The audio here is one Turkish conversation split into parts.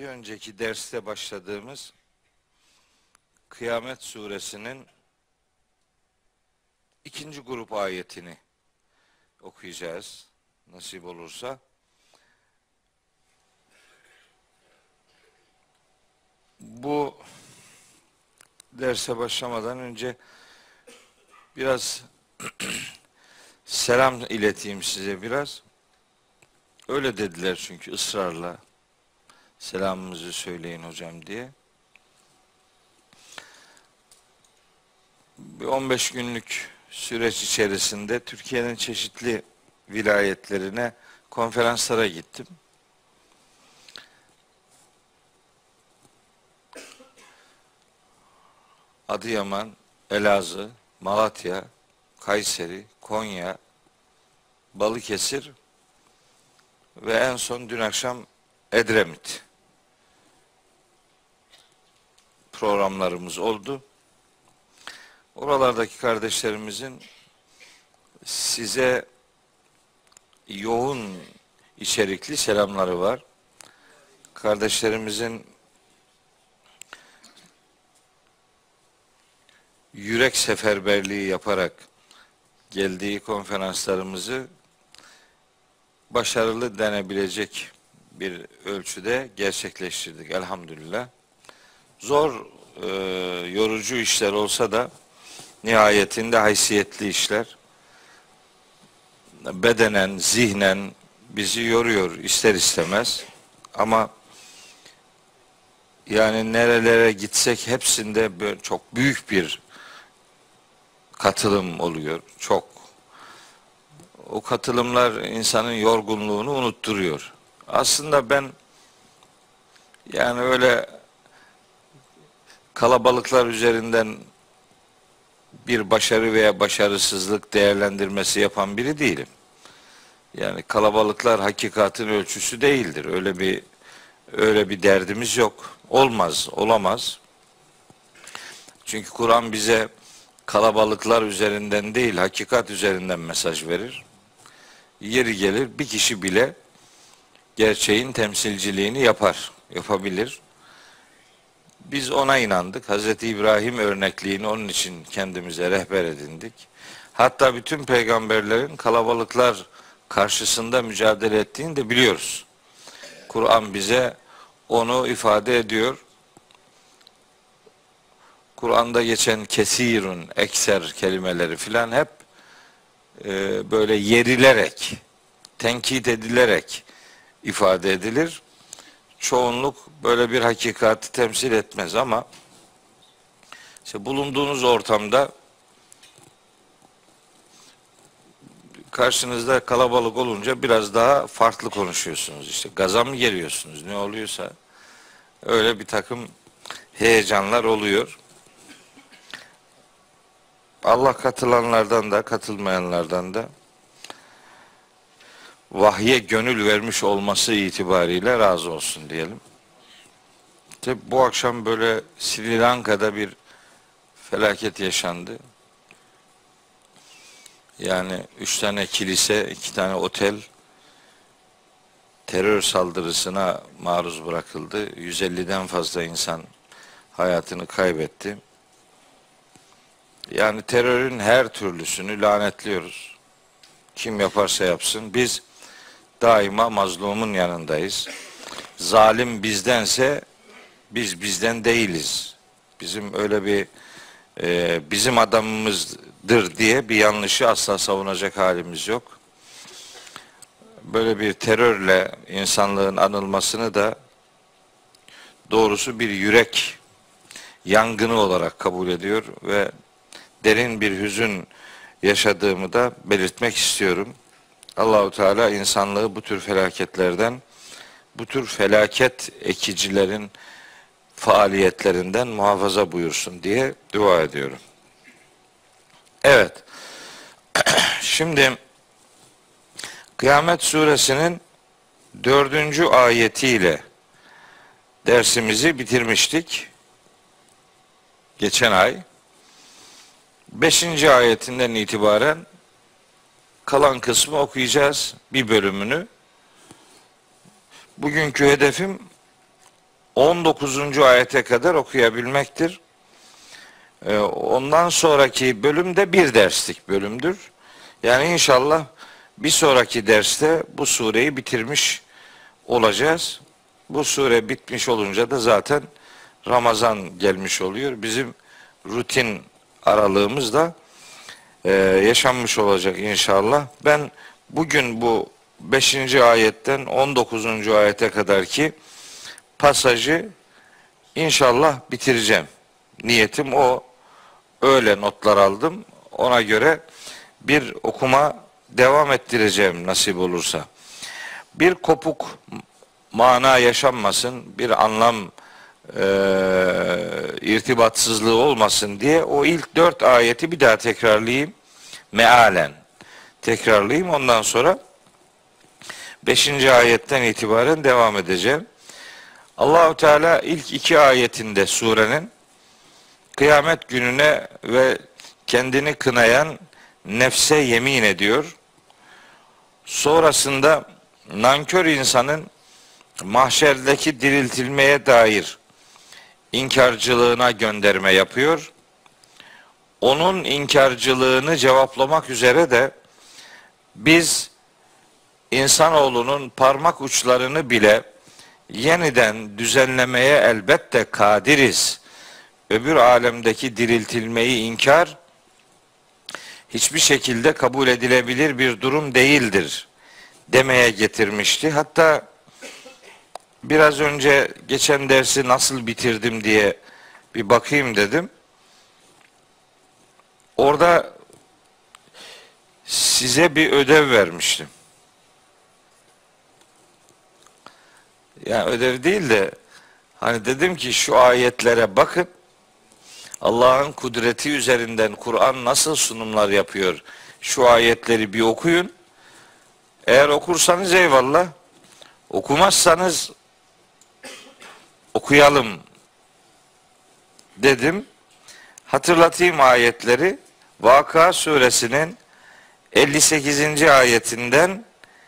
önceki derste başladığımız Kıyamet Suresinin ikinci grup ayetini okuyacağız nasip olursa. Bu derse başlamadan önce biraz selam ileteyim size biraz. Öyle dediler çünkü ısrarla selamımızı söyleyin hocam diye. Bir 15 günlük süreç içerisinde Türkiye'nin çeşitli vilayetlerine konferanslara gittim. Adıyaman, Elazığ, Malatya, Kayseri, Konya, Balıkesir ve en son dün akşam Edremit programlarımız oldu. Oralardaki kardeşlerimizin size yoğun içerikli selamları var. Kardeşlerimizin yürek seferberliği yaparak geldiği konferanslarımızı başarılı denebilecek bir ölçüde gerçekleştirdik elhamdülillah. Zor, yorucu işler olsa da nihayetinde haysiyetli işler. Bedenen, zihnen bizi yoruyor ister istemez. Ama yani nerelere gitsek hepsinde böyle çok büyük bir katılım oluyor. Çok. O katılımlar insanın yorgunluğunu unutturuyor. Aslında ben yani öyle kalabalıklar üzerinden bir başarı veya başarısızlık değerlendirmesi yapan biri değilim. Yani kalabalıklar hakikatin ölçüsü değildir. Öyle bir derdimiz yok. Olmaz, olamaz. Çünkü Kur'an bize kalabalıklar üzerinden değil, hakikat üzerinden mesaj verir. Yeri gelir bir kişi bile gerçeğin temsilciliğini yapabilir. Biz ona inandık. Hazreti İbrahim örnekliğini onun için kendimize rehber edindik. Hatta bütün peygamberlerin kalabalıklar karşısında mücadele ettiğini de biliyoruz. Kur'an bize onu ifade ediyor. Kur'an'da geçen kesirun, ekser kelimeleri filan hep böyle yerilerek, tenkit edilerek ifade edilir. Çoğunluk böyle bir hakikati temsil etmez ama işte bulunduğunuz ortamda karşınızda kalabalık olunca biraz daha farklı konuşuyorsunuz. İşte gaza mı geliyorsunuz ne oluyorsa öyle bir takım heyecanlar oluyor. Allah katılanlardan da katılmayanlardan da vahye gönül vermiş olması itibariyle razı olsun diyelim. Tabi bu akşam böyle Sri Lanka'da bir felaket yaşandı. Yani 3 tane kilise, 2 tane otel terör saldırısına maruz bırakıldı. 150'den fazla insan hayatını kaybetti. Yani terörün her türlüsünü lanetliyoruz. Kim yaparsa yapsın. Biz daima mazlumun yanındayız. Zalim bizdense biz bizden değiliz. Bizim öyle bir bizim adamımızdır diye bir yanlışı asla savunacak halimiz yok. Böyle bir terörle insanlığın anılmasını da doğrusu bir yürek yangını olarak kabul ediyor ve derin bir hüzün yaşadığımı da belirtmek istiyorum. Allahu Teala insanlığı bu tür felaketlerden, bu tür felaket ekicilerin faaliyetlerinden muhafaza buyursun diye dua ediyorum. Evet. Şimdi Kıyamet Suresinin 4. ayetiyle dersimizi bitirmiştik. Geçen ay. 5. ayetinden itibaren kalan kısmı okuyacağız. Bir bölümünü. Bugünkü hedefim 19. ayete kadar okuyabilmektir. Ondan sonraki bölüm de bir derslik bölümdür. Yani inşallah bir sonraki derste bu sureyi bitirmiş olacağız. Bu sure bitmiş olunca da zaten Ramazan gelmiş oluyor. Bizim rutin aralığımız da yaşanmış olacak inşallah. Ben bugün bu 5. ayetten 19. ayete kadar ki pasajı inşallah bitireceğim. Niyetim o. Öyle notlar aldım. Ona göre bir okuma devam ettireceğim nasip olursa. Bir kopuk mana yaşanmasın, bir anlam irtibatsızlığı olmasın diye o ilk 4 ayeti bir daha tekrarlayayım. Mealen tekrarlayayım. Ondan sonra 5. ayetten itibaren devam edeceğim. Allahu Teala ilk 2 ayetinde surenin kıyamet gününe ve kendini kınayan nefse yemin ediyor. Sonrasında nankör insanın mahşerdeki diriltilmeye dair inkarcılığına gönderme yapıyor. Onun inkarcılığını cevaplamak üzere de biz insanoğlunun parmak uçlarını bile yeniden düzenlemeye elbette kadiriz. Öbür alemdeki diriltilmeyi inkar hiçbir şekilde kabul edilebilir bir durum değildir demeye getirmişti. Hatta biraz önce geçen dersi nasıl bitirdim diye bir bakayım dedim. Orada size bir ödev vermiştim. Yani ödev değil de hani dedim ki şu ayetlere bakın. Allah'ın kudreti üzerinden Kur'an nasıl sunumlar yapıyor? Şu ayetleri bir okuyun. Eğer okursanız eyvallah. Okumazsanız okuyalım dedim. Hatırlatayım ayetleri. Vakıa suresinin 58. ayetinden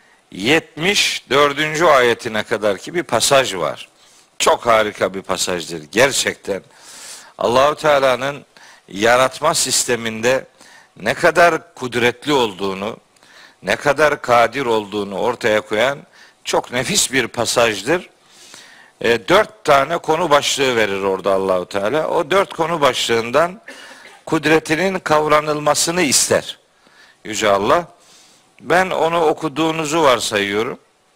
74. ayetine kadar ki bir pasaj var. Çok harika bir pasajdır gerçekten. Allahu Teala'nın yaratma sisteminde ne kadar kudretli olduğunu, ne kadar kadir olduğunu ortaya koyan çok nefis bir pasajdır. 4 tane konu başlığı verir orada Allahu Teala. O 4 konu başlığından kudretinin kavranılmasını ister Yüce Allah. Ben onu okuduğunuzu varsayıyorum.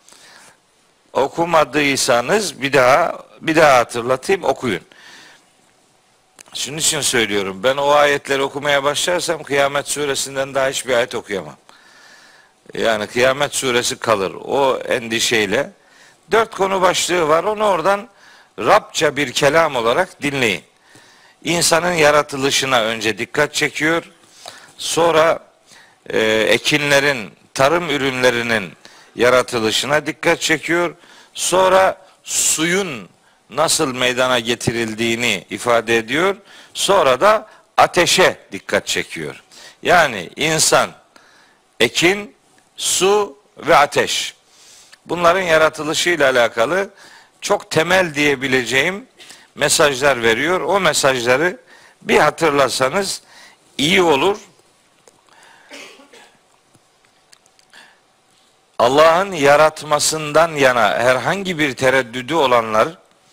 Okumadıysanız bir daha hatırlatayım, okuyun. Şunun için söylüyorum. Ben o ayetleri okumaya başlarsam Kıyamet suresinden daha hiçbir ayet okuyamam. Yani Kıyamet suresi kalır. O endişeyle. 4 konu başlığı var. Onu oradan Rabça bir kelam olarak dinleyin. İnsanın yaratılışına önce dikkat çekiyor. Sonra ekinlerin, tarım ürünlerinin yaratılışına dikkat çekiyor. Sonra suyun nasıl meydana getirildiğini ifade ediyor. Sonra da ateşe dikkat çekiyor. Yani insan, ekin, su ve ateş. Bunların yaratılışıyla alakalı çok temel diyebileceğim mesajlar veriyor. O mesajları bir hatırlasanız iyi olur. Allah'ın yaratmasından yana herhangi bir tereddüdü olanlar,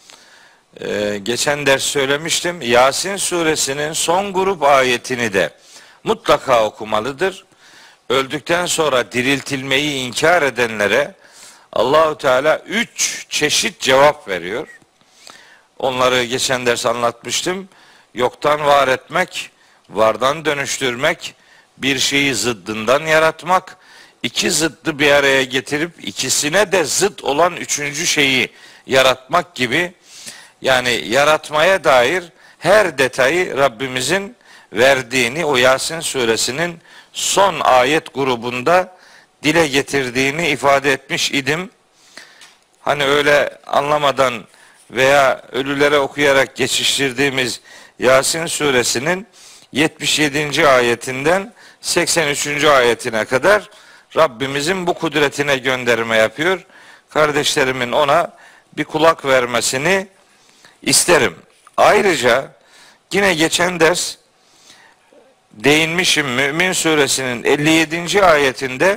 geçen ders söylemiştim, Yasin suresinin son grup ayetini de mutlaka okumalıdır. Öldükten sonra diriltilmeyi inkar edenlere Allahu Teala 3 çeşit cevap veriyor. Onları geçen ders anlatmıştım. Yoktan var etmek, vardan dönüştürmek, bir şeyi zıddından yaratmak, 2 zıddı bir araya getirip ikisine de zıt olan 3. şeyi yaratmak gibi, yani yaratmaya dair her detayı Rabbimizin verdiğini o Yasin suresinin son ayet grubunda dile getirdiğini ifade etmiş idim. Hani öyle anlamadan veya ölülere okuyarak geçiştirdiğimiz Yasin suresinin 77. ayetinden 83. ayetine kadar Rabbimizin bu kudretine gönderme yapıyor. Kardeşlerimin ona bir kulak vermesini isterim. Ayrıca yine geçen ders değinmişim, Mümin Suresinin 57. ayetinde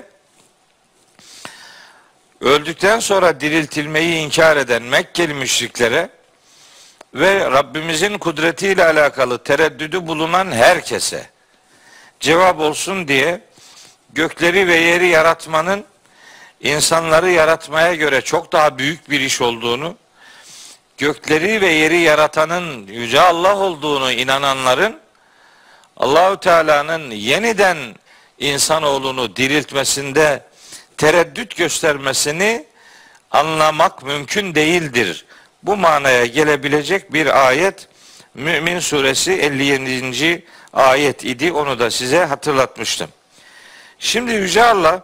öldükten sonra diriltilmeyi inkar eden Mekkeli müşriklere ve Rabbimizin kudretiyle alakalı tereddüdü bulunan herkese cevap olsun diye gökleri ve yeri yaratmanın insanları yaratmaya göre çok daha büyük bir iş olduğunu, gökleri ve yeri yaratanın Yüce Allah olduğunu inananların Allahu Teala'nın yeniden insanoğlunu diriltmesinde tereddüt göstermesini anlamak mümkün değildir. Bu manaya gelebilecek bir ayet Mümin Suresi 57. ayet idi. Onu da size hatırlatmıştım. Şimdi Yüce Allah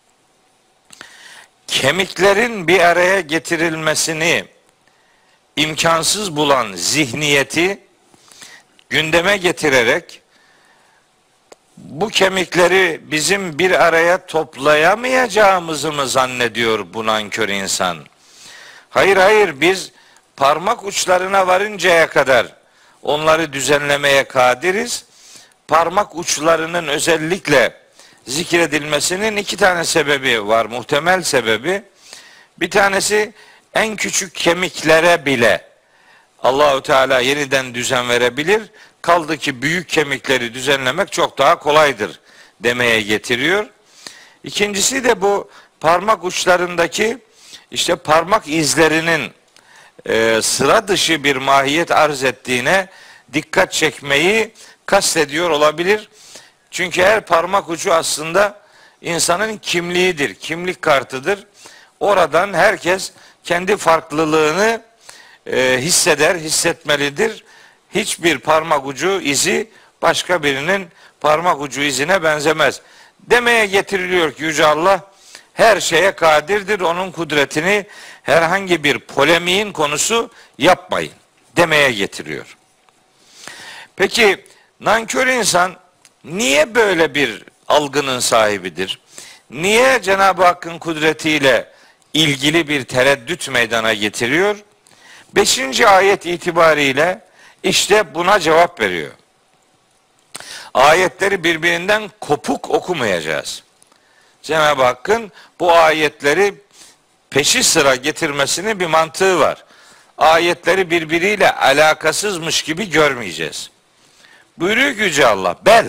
kemiklerin bir araya getirilmesini imkansız bulan zihniyeti gündeme getirerek bu kemikleri bizim bir araya toplayamayacağımızı mı zannediyor bu nankör insan? Hayır, biz parmak uçlarına varıncaya kadar onları düzenlemeye kadiriz. Parmak uçlarının özellikle zikredilmesinin iki tane sebebi var, muhtemel sebebi. Bir tanesi en küçük kemiklere bile Allahu Teala yeniden düzen verebilir. Kaldı ki büyük kemikleri düzenlemek çok daha kolaydır demeye getiriyor. İkincisi de bu parmak uçlarındaki işte parmak izlerinin sıra dışı bir mahiyet arz ettiğine dikkat çekmeyi kastediyor olabilir. Çünkü her parmak ucu aslında insanın kimliğidir, kimlik kartıdır. Oradan herkes kendi farklılığını hisseder, hissetmelidir. Hiçbir parmak ucu izi başka birinin parmak ucu izine benzemez. Demeye getiriliyor ki Yüce Allah her şeye kadirdir. Onun kudretini herhangi bir polemiğin konusu yapmayın demeye getiriyor. Peki nankör insan niye böyle bir algının sahibidir? Niye Cenab-ı Hakk'ın kudretiyle ilgili bir tereddüt meydana getiriyor? 5. ayet itibariyle işte buna cevap veriyor. Ayetleri birbirinden kopuk okumayacağız. Cenab-ı Hakk'ın bu ayetleri peşi sıra getirmesinin bir mantığı var. Ayetleri birbiriyle alakasızmış gibi görmeyeceğiz. Buyuruyor ki Yüce Allah, bel.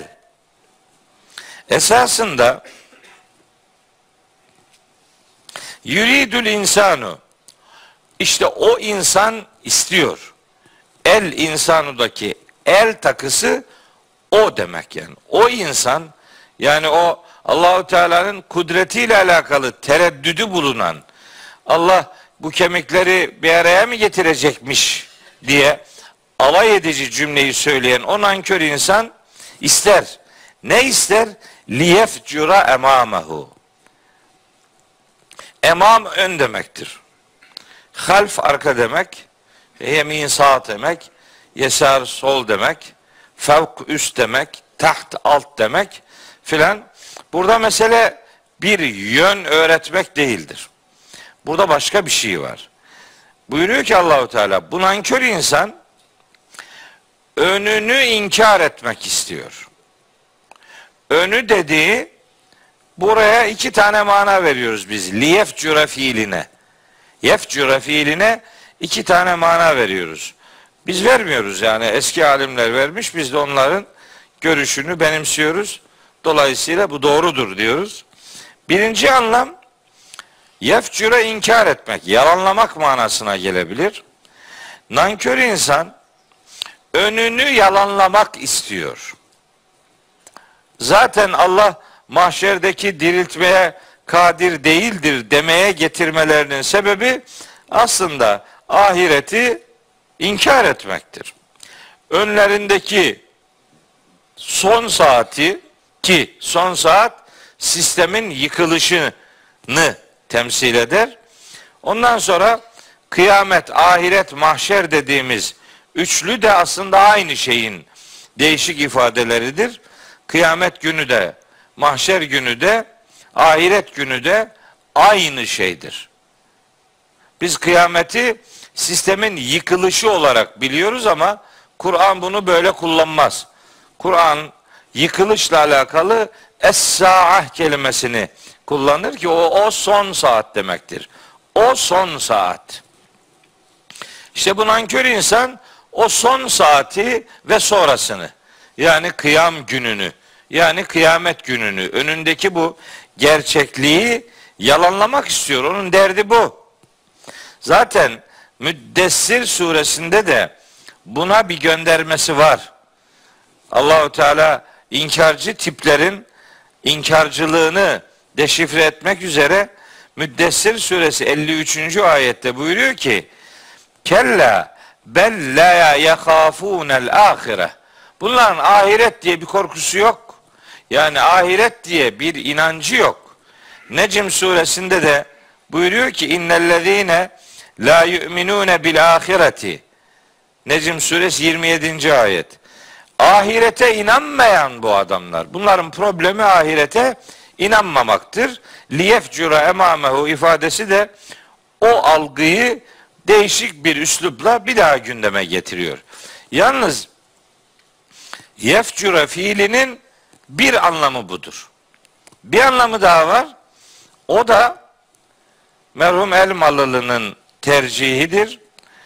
Esasında yuridül insanu, işte o insan istiyor. El insanudaki el takısı o demek yani. O insan, yani o Allahu Teala'nın kudretiyle alakalı tereddüdü bulunan, Allah bu kemikleri bir araya mı getirecekmiş diye alay edici cümleyi söyleyen o nankör insan ister. Ne ister? Liyefcura emamahu. Emam ön demektir. Half arka demek. Yemin sağ demek. Yesar sol demek. Fevk üst demek. Taht alt demek filan. Burada mesele bir yön öğretmek değildir. Burada başka bir şey var. Buyuruyor ki Allahu Teala, bu nankör insan önünü inkar etmek istiyor. Önü dediği, buraya iki tane mana veriyoruz biz. Liyefcura fiiline. Yefcura fiiline iki tane mana veriyoruz. Biz vermiyoruz yani, eski alimler vermiş, biz de onların görüşünü benimsiyoruz. Dolayısıyla bu doğrudur diyoruz. Birinci anlam, yefcura inkar etmek, yalanlamak manasına gelebilir. Nankör insan önünü yalanlamak istiyor. Zaten Allah mahşerdeki diriltmeye kadir değildir demeye getirmelerinin sebebi aslında ahireti inkar etmektir. Önlerindeki son saati, ki son saat sistemin yıkılışını temsil eder. Ondan sonra kıyamet, ahiret, mahşer dediğimiz üçlü de aslında aynı şeyin değişik ifadeleridir. Kıyamet günü de, mahşer günü de, ahiret günü de aynı şeydir. Biz kıyameti sistemin yıkılışı olarak biliyoruz ama Kur'an bunu böyle kullanmaz. Kur'an yıkılışla alakalı es-sa'ah kelimesini kullanır ki o son saat demektir. O son saat. İşte bu nankör insan o son saati ve sonrasını, yani kıyam gününü, yani kıyamet gününü, önündeki bu gerçekliği yalanlamak istiyor. Onun derdi bu. Zaten Müddessir suresinde de buna bir göndermesi var. Allahu Teala inkarcı tiplerin inkarcılığını deşifre etmek üzere Müddessir suresi 53. ayette buyuruyor ki: Kella bel la yahafûnel âhire. Bunların ahiret diye bir korkusu yok. Yani ahiret diye bir inancı yok. Necm suresinde de buyuruyor ki innellezîne la yu'minûne bil âhireti. Necm suresi 27. ayet. Ahirete inanmayan bu adamlar. Bunların problemi ahirete inanmamaktır. Liyefcura emamehu ifadesi de o algıyı değişik bir üslupla bir daha gündeme getiriyor. Yalnız yefcura fiilinin bir anlamı budur. Bir anlamı daha var. O da merhum Elmalı'nın tercihidir.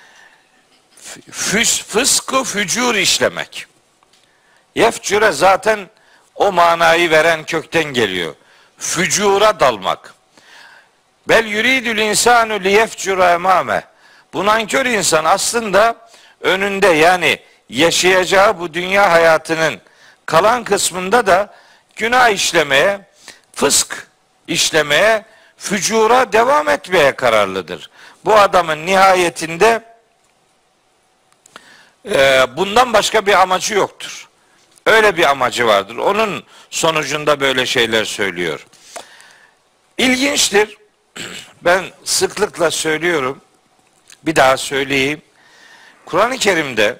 Fıskı fücur işlemek. Yefcure zaten o manayı veren kökten geliyor. Fücura dalmak. Bel yuridül insanu liyefcura emame. Bu nankör insan aslında önünde, yani yaşayacağı bu dünya hayatının kalan kısmında da günah işlemeye, fısk işlemeye, fücura devam etmeye kararlıdır. Bu adamın nihayetinde bundan başka bir amacı yoktur. Öyle bir amacı vardır. Onun sonucunda böyle şeyler söylüyor. İlginçtir. Ben sıklıkla söylüyorum. Bir daha söyleyeyim. Kur'an-ı Kerim'de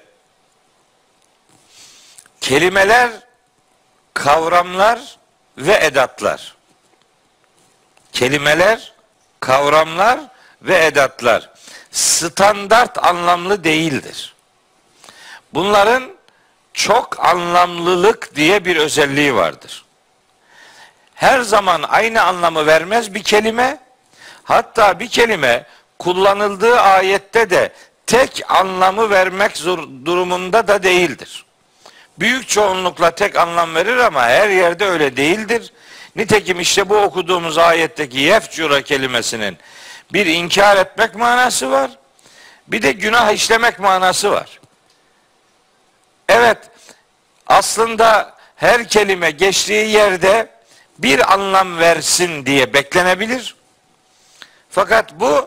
kelimeler, kavramlar ve edatlar. Kelimeler, kavramlar ve edatlar standart anlamlı değildir. Bunların çok anlamlılık diye bir özelliği vardır. Her zaman aynı anlamı vermez bir kelime. Hatta bir kelime kullanıldığı ayette de tek anlamı vermek durumunda da değildir. Büyük çoğunlukla tek anlam verir ama her yerde öyle değildir. Nitekim işte bu okuduğumuz ayetteki yefcura kelimesinin bir inkar etmek manası var. Bir de günah işlemek manası var. Evet, aslında her kelime geçtiği yerde bir anlam versin diye beklenebilir. Fakat bu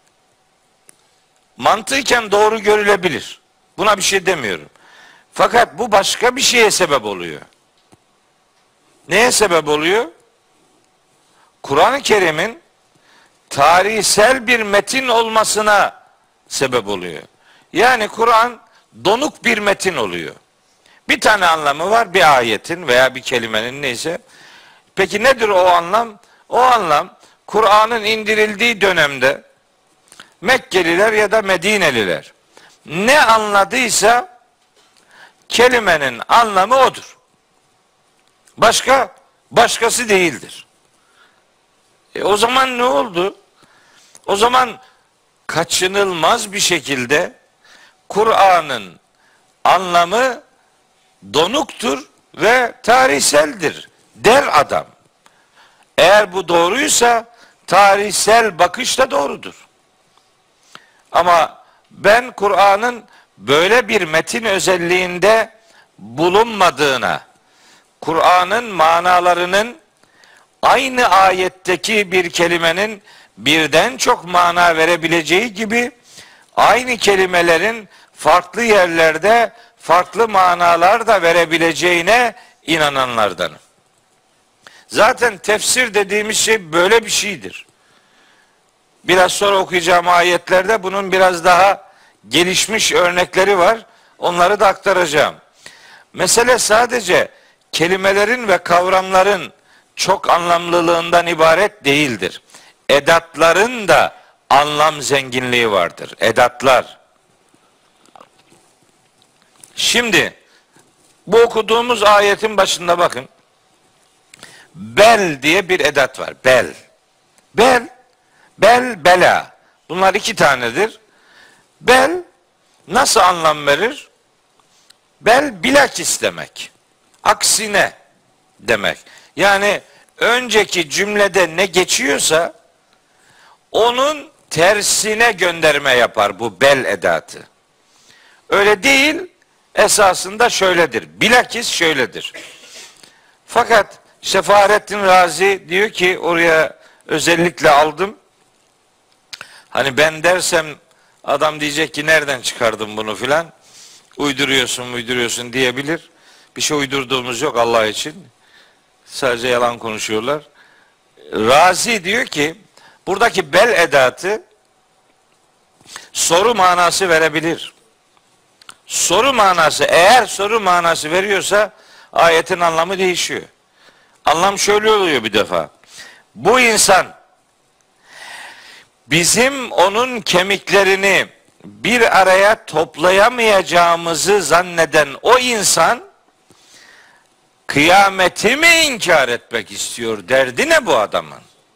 mantıken doğru görülebilir. Buna bir şey demiyorum. Fakat bu başka bir şeye sebep oluyor. Neye sebep oluyor? Kur'an-ı Kerim'in tarihsel bir metin olmasına sebep oluyor. Yani Kur'an donuk bir metin oluyor. Bir tane anlamı var bir ayetin veya bir kelimenin, neyse. Peki nedir o anlam? O anlam Kur'an'ın indirildiği dönemde Mekkeliler ya da Medineliler ne anladıysa kelimenin anlamı odur. Başkası değildir. O zaman ne oldu? O zaman kaçınılmaz bir şekilde Kur'an'ın anlamı donuktur ve tarihseldir der adam. Eğer bu doğruysa tarihsel bakış da doğrudur. Ama ben Kur'an'ın böyle bir metin özelliğinde bulunmadığına, Kur'an'ın manalarının aynı ayetteki bir kelimenin birden çok mana verebileceği gibi aynı kelimelerin farklı yerlerde farklı manalar da verebileceğine inananlardanım. Zaten tefsir dediğimiz şey böyle bir şeydir. Biraz sonra okuyacağım ayetlerde bunun biraz daha gelişmiş örnekleri var. Onları da aktaracağım. Mesele sadece kelimelerin ve kavramların çok anlamlılığından ibaret değildir. Edatların da anlam zenginliği vardır. Edatlar. Şimdi bu okuduğumuz ayetin başında bakın. Bel diye bir edat var. Bel. Bel, bela. Bunlar iki tanedir. Bel nasıl anlam verir? Bel bilakis demek. Aksine demek. Yani önceki cümlede ne geçiyorsa onun tersine gönderme yapar bu bel edatı. Öyle değil, esasında şöyledir. Bilakis şöyledir. Fakat işte Fahrettin Razi diyor ki, oraya özellikle aldım. Hani ben dersem adam diyecek ki nereden çıkardın bunu filan. Uyduruyorsun diyebilir. Bir şey uydurduğumuz yok Allah için. Sadece yalan konuşuyorlar. Razi diyor ki buradaki bel edatı soru manası verebilir. Soru manası, eğer soru manası veriyorsa ayetin anlamı değişiyor. Anlam şöyle oluyor bir defa. Bu insan bizim onun kemiklerini bir araya toplayamayacağımızı zanneden o insan kıyameti mi inkar etmek istiyor? Derdi ne bu adamın?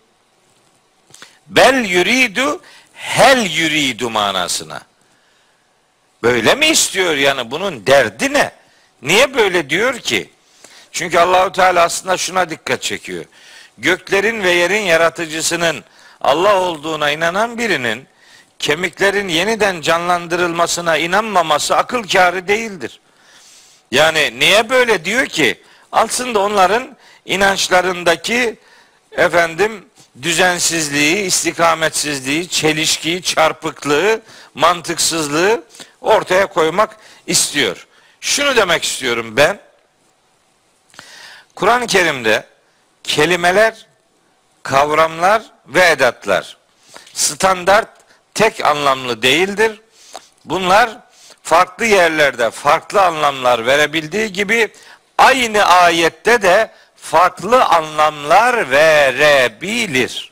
Bel yuridu hel yuridu manasına. Böyle mi istiyor yani, bunun derdi ne? Niye böyle diyor ki? Çünkü Allahu Teala aslında şuna dikkat çekiyor. Göklerin ve yerin yaratıcısının Allah olduğuna inanan birinin kemiklerin yeniden canlandırılmasına inanmaması akıl kârı değildir. Yani niye böyle diyor ki? Aslında onların inançlarındaki düzensizliği, istikametsizliği, çelişkiyi, çarpıklığı, mantıksızlığı ortaya koymak istiyor. Şunu demek istiyorum ben. Kur'an-ı Kerim'de kelimeler, kavramlar ve edatlar standart, tek anlamlı değildir. Bunlar farklı yerlerde farklı anlamlar verebildiği gibi aynı ayette de farklı anlamlar verebilir.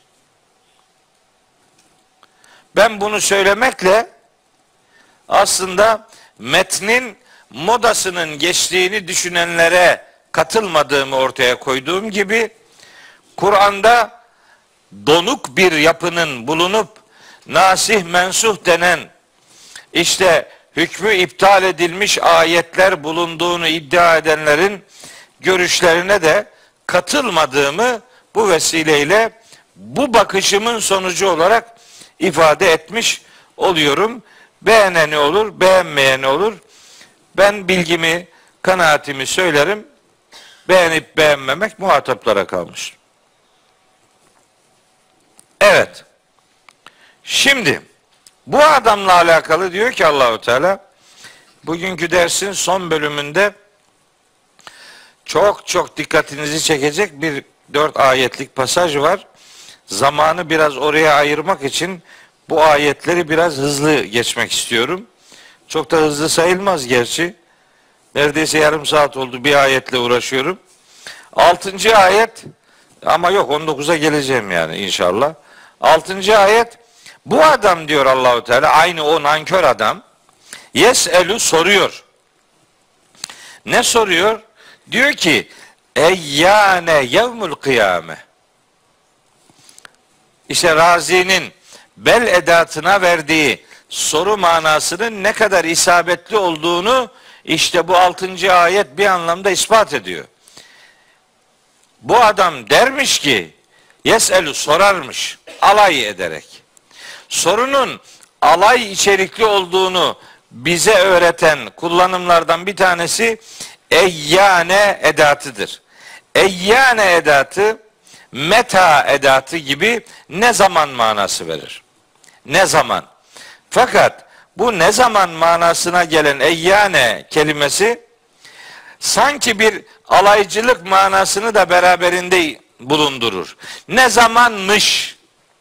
Ben bunu söylemekle aslında metnin modasının geçtiğini düşünenlere katılmadığımı ortaya koyduğum gibi, Kur'an'da donuk bir yapının bulunup nasih mensuh denen işte hükmü iptal edilmiş ayetler bulunduğunu iddia edenlerin görüşlerine de katılmadığımı bu vesileyle bu bakışımın sonucu olarak ifade etmiş oluyorum. Beğeneni olur, beğenmeyeni olur. Ben bilgimi, kanaatimi söylerim. Beğenip beğenmemek muhataplara kalmış. Evet. Şimdi bu adamla alakalı diyor ki Allahu Teala, bugünkü dersin son bölümünde çok dikkatinizi çekecek bir 4 ayetlik pasaj var. Zamanı biraz oraya ayırmak için bu ayetleri biraz hızlı geçmek istiyorum. Çok da hızlı sayılmaz gerçi. Neredeyse yarım saat oldu bir ayetle uğraşıyorum. 6. ayet, ama yok 19'a geleceğim yani inşallah. 6. ayet, bu adam diyor Allahu Teala, aynı o nankör adam, yes'elu soruyor. Ne soruyor? Diyor ki eyyâne yevmul kıyame. İşte Razi'nin bel edatına verdiği soru manasının ne kadar isabetli olduğunu işte bu 6. ayet bir anlamda ispat ediyor. Bu adam dermiş ki yes'elu sorarmış alay ederek. Sorunun alay içerikli olduğunu bize öğreten kullanımlardan bir tanesi eyyane edatıdır. Eyyane edatı meta edatı gibi ne zaman manası verir. Ne zaman. Fakat bu ne zaman manasına gelen eyyane kelimesi sanki bir alaycılık manasını da beraberinde bulundurur. Ne zamanmış?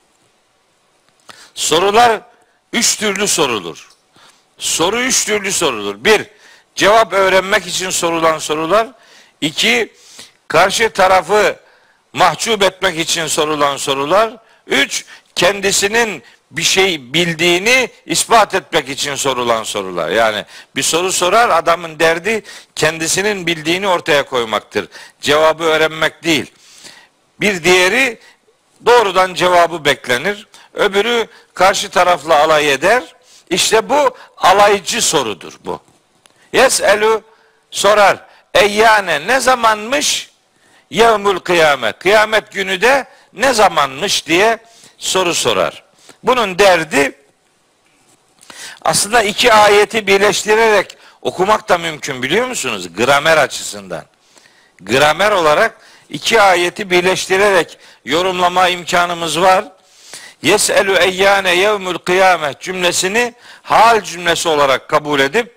Sorular 3 türlü sorulur. Soru 3 türlü sorulur. 1. Cevap öğrenmek için sorulan sorular. 2. Karşı tarafı mahcup etmek için sorulan sorular. 3. Kendisinin bir şey bildiğini ispat etmek için sorulan sorular. Yani bir soru sorar, adamın derdi kendisinin bildiğini ortaya koymaktır. Cevabı öğrenmek değil. Bir diğeri doğrudan cevabı beklenir. Öbürü karşı tarafla alay eder. İşte bu alaycı sorudur bu. Yes'elu sorar. Eyyane ne zamanmış? Yevmül kıyamet. Kıyamet günü de ne zamanmış diye soru sorar. Bunun derdi aslında iki ayeti birleştirerek okumak da mümkün, biliyor musunuz? Gramer açısından. Gramer olarak iki ayeti birleştirerek yorumlama imkanımız var. Yes'elu eyyane yevmül kıyamet cümlesini hal cümlesi olarak kabul edip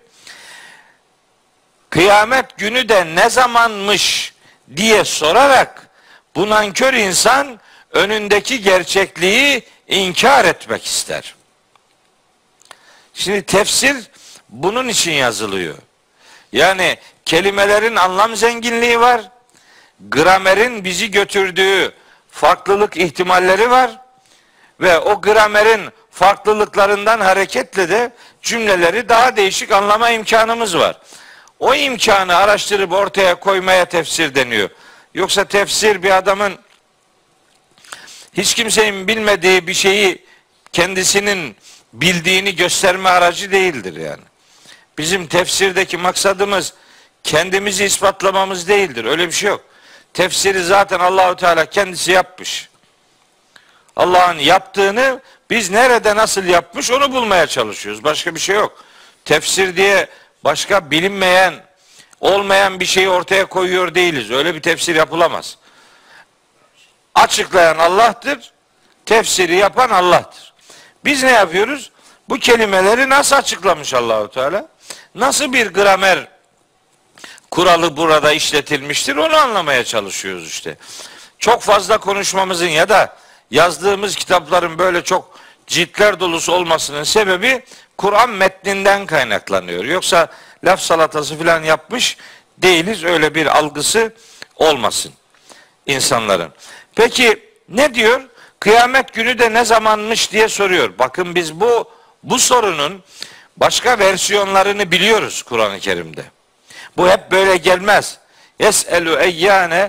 kıyamet günü de ne zamanmış diye sorarak bu nankör insan önündeki gerçekliği inkar etmek ister. Şimdi tefsir bunun için yazılıyor. Yani kelimelerin anlam zenginliği var. Gramerin bizi götürdüğü farklılık ihtimalleri var. Ve o gramerin farklılıklarından hareketle de cümleleri daha değişik anlama imkanımız var. O imkanı araştırıp ortaya koymaya tefsir deniyor. Yoksa tefsir bir adamın hiç kimsenin bilmediği bir şeyi kendisinin bildiğini gösterme aracı değildir yani. Bizim tefsirdeki maksadımız kendimizi ispatlamamız değildir. Öyle bir şey yok. Tefsiri zaten Allahu Teala kendisi yapmış. Allah'ın yaptığını biz nerede nasıl yapmış onu bulmaya çalışıyoruz. Başka bir şey yok. Tefsir diye başka bilinmeyen, olmayan bir şeyi ortaya koyuyor değiliz. Öyle bir tefsir yapılamaz. Açıklayan Allah'tır. Tefsiri yapan Allah'tır. Biz ne yapıyoruz? Bu kelimeleri nasıl açıklamış Allahu Teala? Nasıl bir gramer kuralı burada işletilmiştir? Onu anlamaya çalışıyoruz işte. Çok fazla konuşmamızın ya da yazdığımız kitapların böyle çok ciltler dolusu olmasının sebebi Kur'an metninden kaynaklanıyor. Yoksa laf salatası falan yapmış değiliz. Öyle bir algısı olmasın insanların. Peki ne diyor? Kıyamet günü de ne zamanmış diye soruyor. Bakın biz bu sorunun başka versiyonlarını biliyoruz Kur'an-ı Kerim'de. Bu hep böyle gelmez. Yes'elu eyyane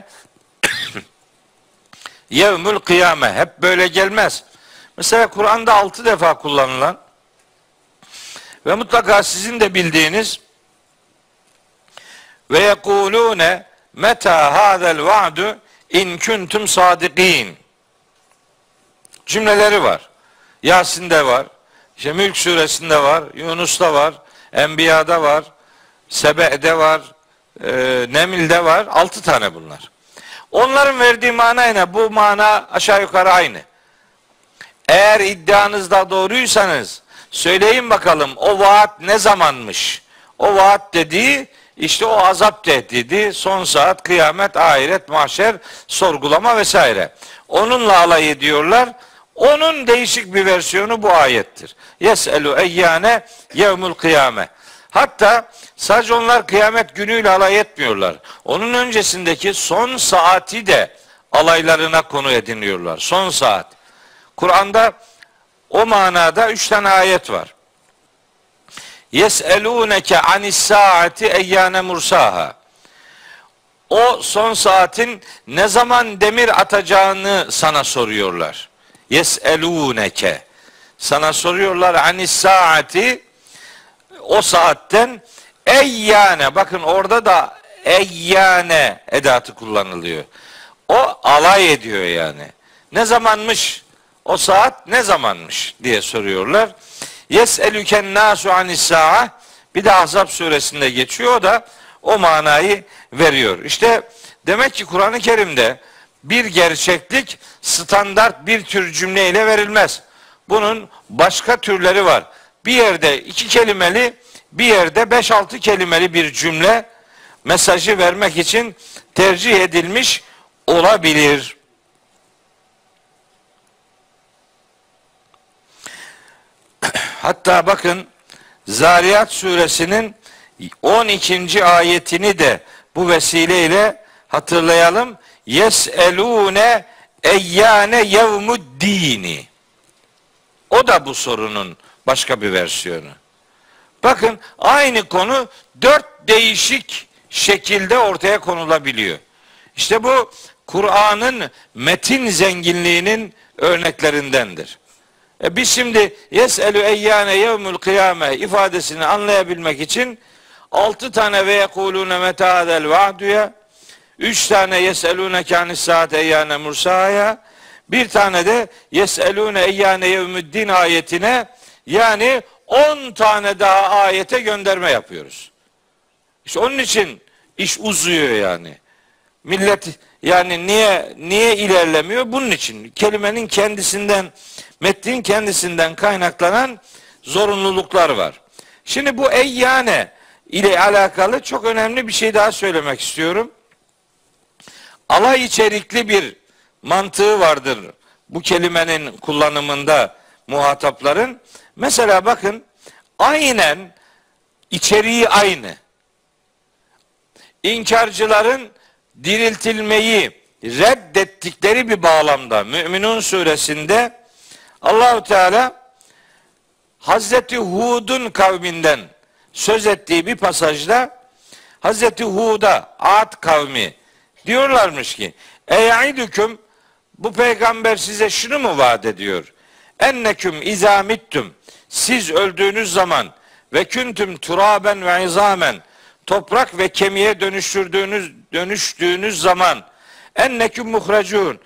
yevmül kıyame. Hep böyle gelmez. Mesela Kur'an'da 6 defa kullanılan ve mutlaka sizin de bildiğiniz ve yekulune meta hadel va'du in kuntum sadikin cümleleri var. Yasin'de var. İşte Mülk suresinde var. Yunus'ta var. Enbiya'da var. Sebe'de var. Neml'de var. 6 tane bunlar. Onların verdiği mana ne? Bu mana aşağı yukarı aynı. Eğer iddianızda doğruysanız söyleyin bakalım o vaat ne zamanmış? O vaat dediği işte o azap tehdidi, son saat, kıyamet, ahiret, mahşer, sorgulama vesaire. Onunla alay ediyorlar. Onun değişik bir versiyonu bu ayettir. Yes'elu eyyane yevmül kıyame. Hatta sadece onlar kıyamet günüyle alay etmiyorlar. Onun öncesindeki son saati de alaylarına konu ediniyorlar. Son saat. Kur'an'da o manada 3 tane ayet var. Yes'elûneke anis saati eyyâne mursaha. O son saatin ne zaman demir atacağını sana soruyorlar. Yes'elûneke. Sana soruyorlar anis saati, o saatten eyyâne. Bakın orada da eyyâne edatı kullanılıyor. O alay ediyor yani. Ne zamanmış? O saat ne zamanmış diye soruyorlar. Yes'elüken nasu anis sa'a. Bir de Ahzab suresinde geçiyor, o da o manayı veriyor. İşte demek ki Kur'an-ı Kerim'de bir gerçeklik standart bir tür cümleyle verilmez. Bunun başka türleri var. Bir yerde 2 kelimeli, bir yerde 5-6 kelimeli bir cümle mesajı vermek için tercih edilmiş olabilir. Hatta bakın Zariyat suresinin 12. ayetini de bu vesileyle hatırlayalım. Yes'elûne eyyâne yevmuddîni. O da bu sorunun başka bir versiyonu. Bakın aynı konu 4 değişik şekilde ortaya konulabiliyor. İşte bu Kur'an'ın metin zenginliğinin örneklerindendir. Biz şimdi yes'elü eyyâne yevmül kıyame ifadesini anlayabilmek için 6 tane ve yekulûne metâdel va'duya, 3 tane yes'elûne kânis saate eyyâne mursâya, bir tane de yes'elûne eyyâne yevmüddin ayetine, yani 10 tane daha ayete gönderme yapıyoruz. İşte onun için iş uzuyor yani. Millet yani niye ilerlemiyor? Bunun için. Kelimenin kendisinden, metnin kendisinden kaynaklanan zorunluluklar var. Şimdi bu eyyane ile alakalı çok önemli bir şey daha söylemek istiyorum. Alay içerikli bir mantığı vardır bu kelimenin kullanımında muhatapların. Mesela bakın, aynen içeriği aynı. İnkarcıların diriltilmeyi reddettikleri bir bağlamda Müminun suresinde Allahu Teala Hazreti Hud'un kavminden söz ettiği bir pasajda Hazreti Hud'a, Ad kavmi diyorlarmış ki: "Eyaidüküm, bu peygamber size şunu mu vaat ediyor? Enneküm izâ mittüm, siz öldüğünüz zaman ve küntüm turaben ve izamen, toprak ve kemiğe dönüştüğünüz zaman enneküm muhracun."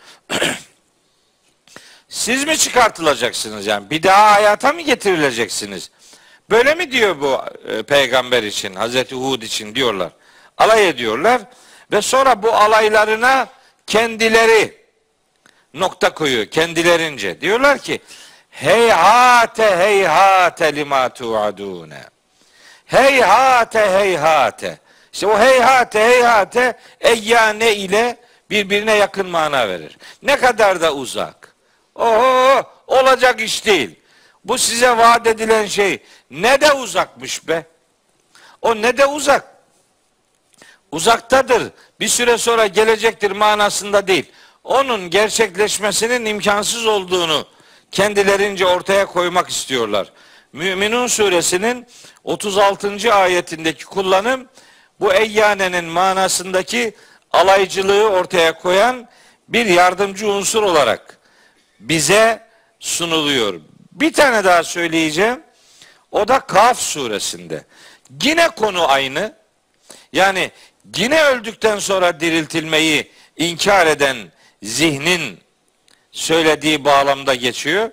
Siz mi çıkartılacaksınız yani? Bir daha hayata mı getirileceksiniz? Böyle mi diyor bu peygamber için, Hazreti Hud için diyorlar. Alay ediyorlar ve sonra bu alaylarına kendileri nokta koyuyor kendilerince. Diyorlar ki: heyhate heyhate lima tuadune. Heyhate heyhate. İşte o heyhate heyhate eyyane ile birbirine yakın mana verir. Ne kadar da uzak. Oho, olacak iş değil. Bu size vaat edilen şey ne de uzakmış be. O ne de uzak. Uzaktadır. Bir süre sonra gelecektir manasında değil. Onun gerçekleşmesinin imkansız olduğunu kendilerince ortaya koymak istiyorlar. Müminun suresinin 36. ayetindeki kullanım bu eyyanenin manasındaki alaycılığı ortaya koyan bir yardımcı unsur olarak bize sunuluyor. Bir tane daha söyleyeceğim. O da Kaf suresinde. Yine konu aynı. Yani yine öldükten sonra diriltilmeyi inkar eden zihnin söylediği bağlamda geçiyor.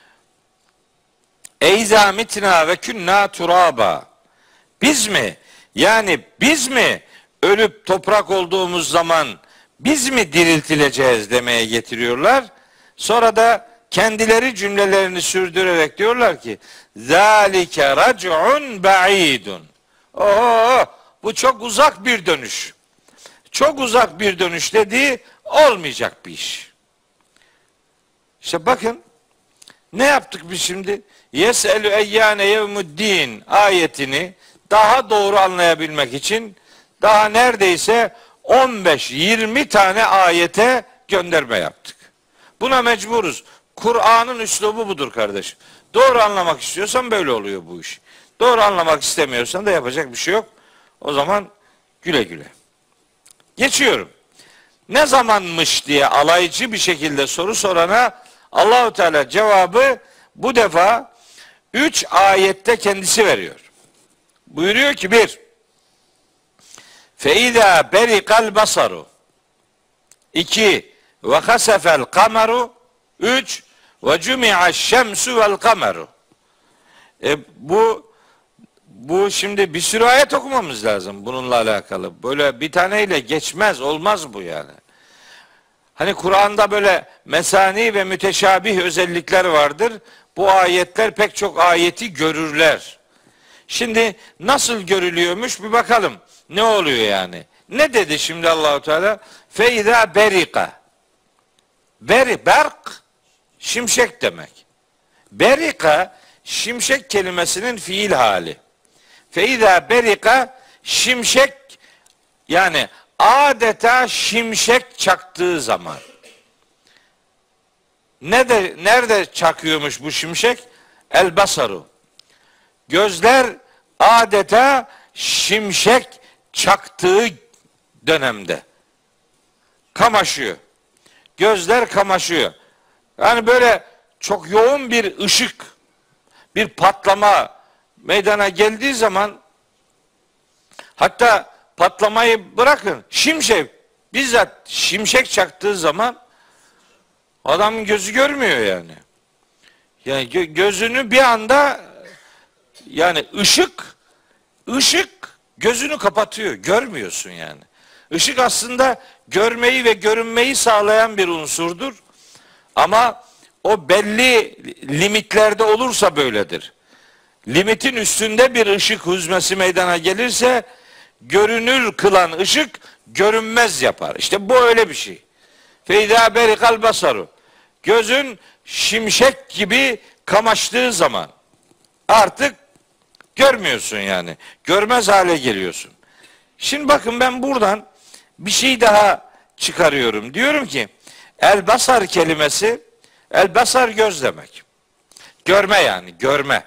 Eyza mitna ve künna turaba. Biz mi? Yani biz mi ölüp toprak olduğumuz zaman biz mi diriltileceğiz demeye getiriyorlar. Sonra da kendileri cümlelerini sürdürerek diyorlar ki: zalike rac'un ba'idun. Bu çok uzak bir dönüş. Çok uzak bir dönüş dediği olmayacak bir iş. İşte bakın ne yaptık biz şimdi? Yes'elü eyyâne yevmuddin ayetini daha doğru anlayabilmek için daha neredeyse 15-20 tane ayete gönderme yaptık. Buna mecburuz. Kur'an'ın üslubu budur kardeşim. Doğru anlamak istiyorsan böyle oluyor bu iş. Doğru anlamak istemiyorsan da yapacak bir şey yok. O zaman güle güle. Geçiyorum. Ne zamanmış diye alaycı bir şekilde soru sorana Allahu Teala cevabı bu defa 3 ayette kendisi veriyor. Buyuruyor ki: 1. Feiza berikal basaru. 2. Ve hasefel kameru. 3. Ve cumi'aş şemsu vel kameru. Bu şimdi bir sürü ayet okumamız lazım bununla alakalı. Böyle bir taneyle geçmez, olmaz bu yani. Hani Kur'an'da böyle mesani ve müteşabih özellikler vardır. Bu ayetler pek çok ayeti görürler. Şimdi nasıl görülüyormuş bir bakalım. Ne oluyor yani? Ne dedi şimdi Allahu Teala? Feiza berika. Berk şimşek demek. Berika şimşek kelimesinin fiil hali. Feiza berika şimşek, yani adeta şimşek çaktığı zaman. Nerede çakıyormuş bu şimşek? El basaru. Gözler adeta şimşek çaktığı dönemde kamaşıyor. Gözler kamaşıyor. Yani böyle çok yoğun bir ışık, bir patlama meydana geldiği zaman, hatta patlamayı bırakın, bizzat şimşek çaktığı zaman adamın gözü görmüyor yani. Yani gözünü bir anda, yani ışık gözünü kapatıyor. Görmüyorsun yani. Işık aslında görmeyi ve görünmeyi sağlayan bir unsurdur. Ama o belli limitlerde olursa böyledir. Limitin üstünde bir ışık hüzmesi meydana gelirse görünür kılan ışık görünmez yapar. İşte bu öyle bir şey. Feyda berikal basaru. Gözün şimşek gibi kamaştığı zaman artık görmüyorsun yani. Görmez hale geliyorsun. Şimdi bakın, ben buradan bir şey daha çıkarıyorum. Diyorum ki el basar kelimesi, el basar göz demek. Görme yani, görme.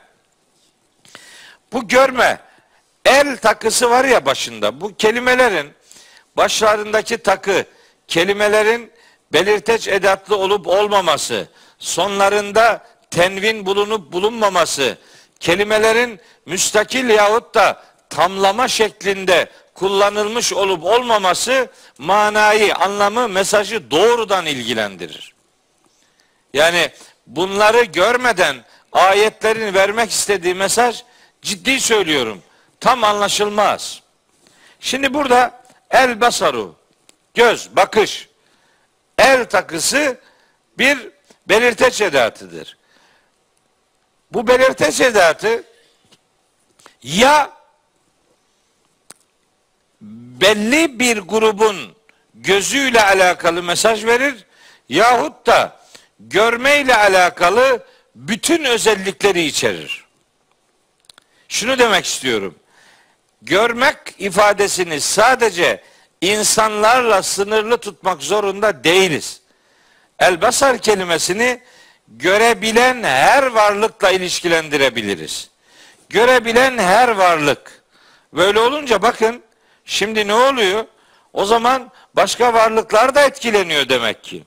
Bu görme, el takısı var ya başında. Bu kelimelerin başlarındaki takı, kelimelerin belirteç edatlı olup olmaması, sonlarında tenvin bulunup bulunmaması, kelimelerin müstakil yahut da tamlama şeklinde kullanılmış olup olmaması manayı, anlamı, mesajı doğrudan ilgilendirir. Yani bunları görmeden ayetlerin vermek istediği mesaj, ciddi söylüyorum, tam anlaşılmaz. Şimdi burada el basaru, göz, bakış, el takısı bir belirteç edatıdır. Bu belirteç edatı ya belli bir grubun gözüyle alakalı mesaj verir yahut da görmeyle alakalı bütün özellikleri içerir. Şunu demek istiyorum. Görmek ifadesini sadece insanlarla sınırlı tutmak zorunda değiliz. El-basar kelimesini görebilen her varlıkla ilişkilendirebiliriz. Görebilen her varlık. Böyle olunca bakın, şimdi ne oluyor? O zaman başka varlıklar da etkileniyor demek ki.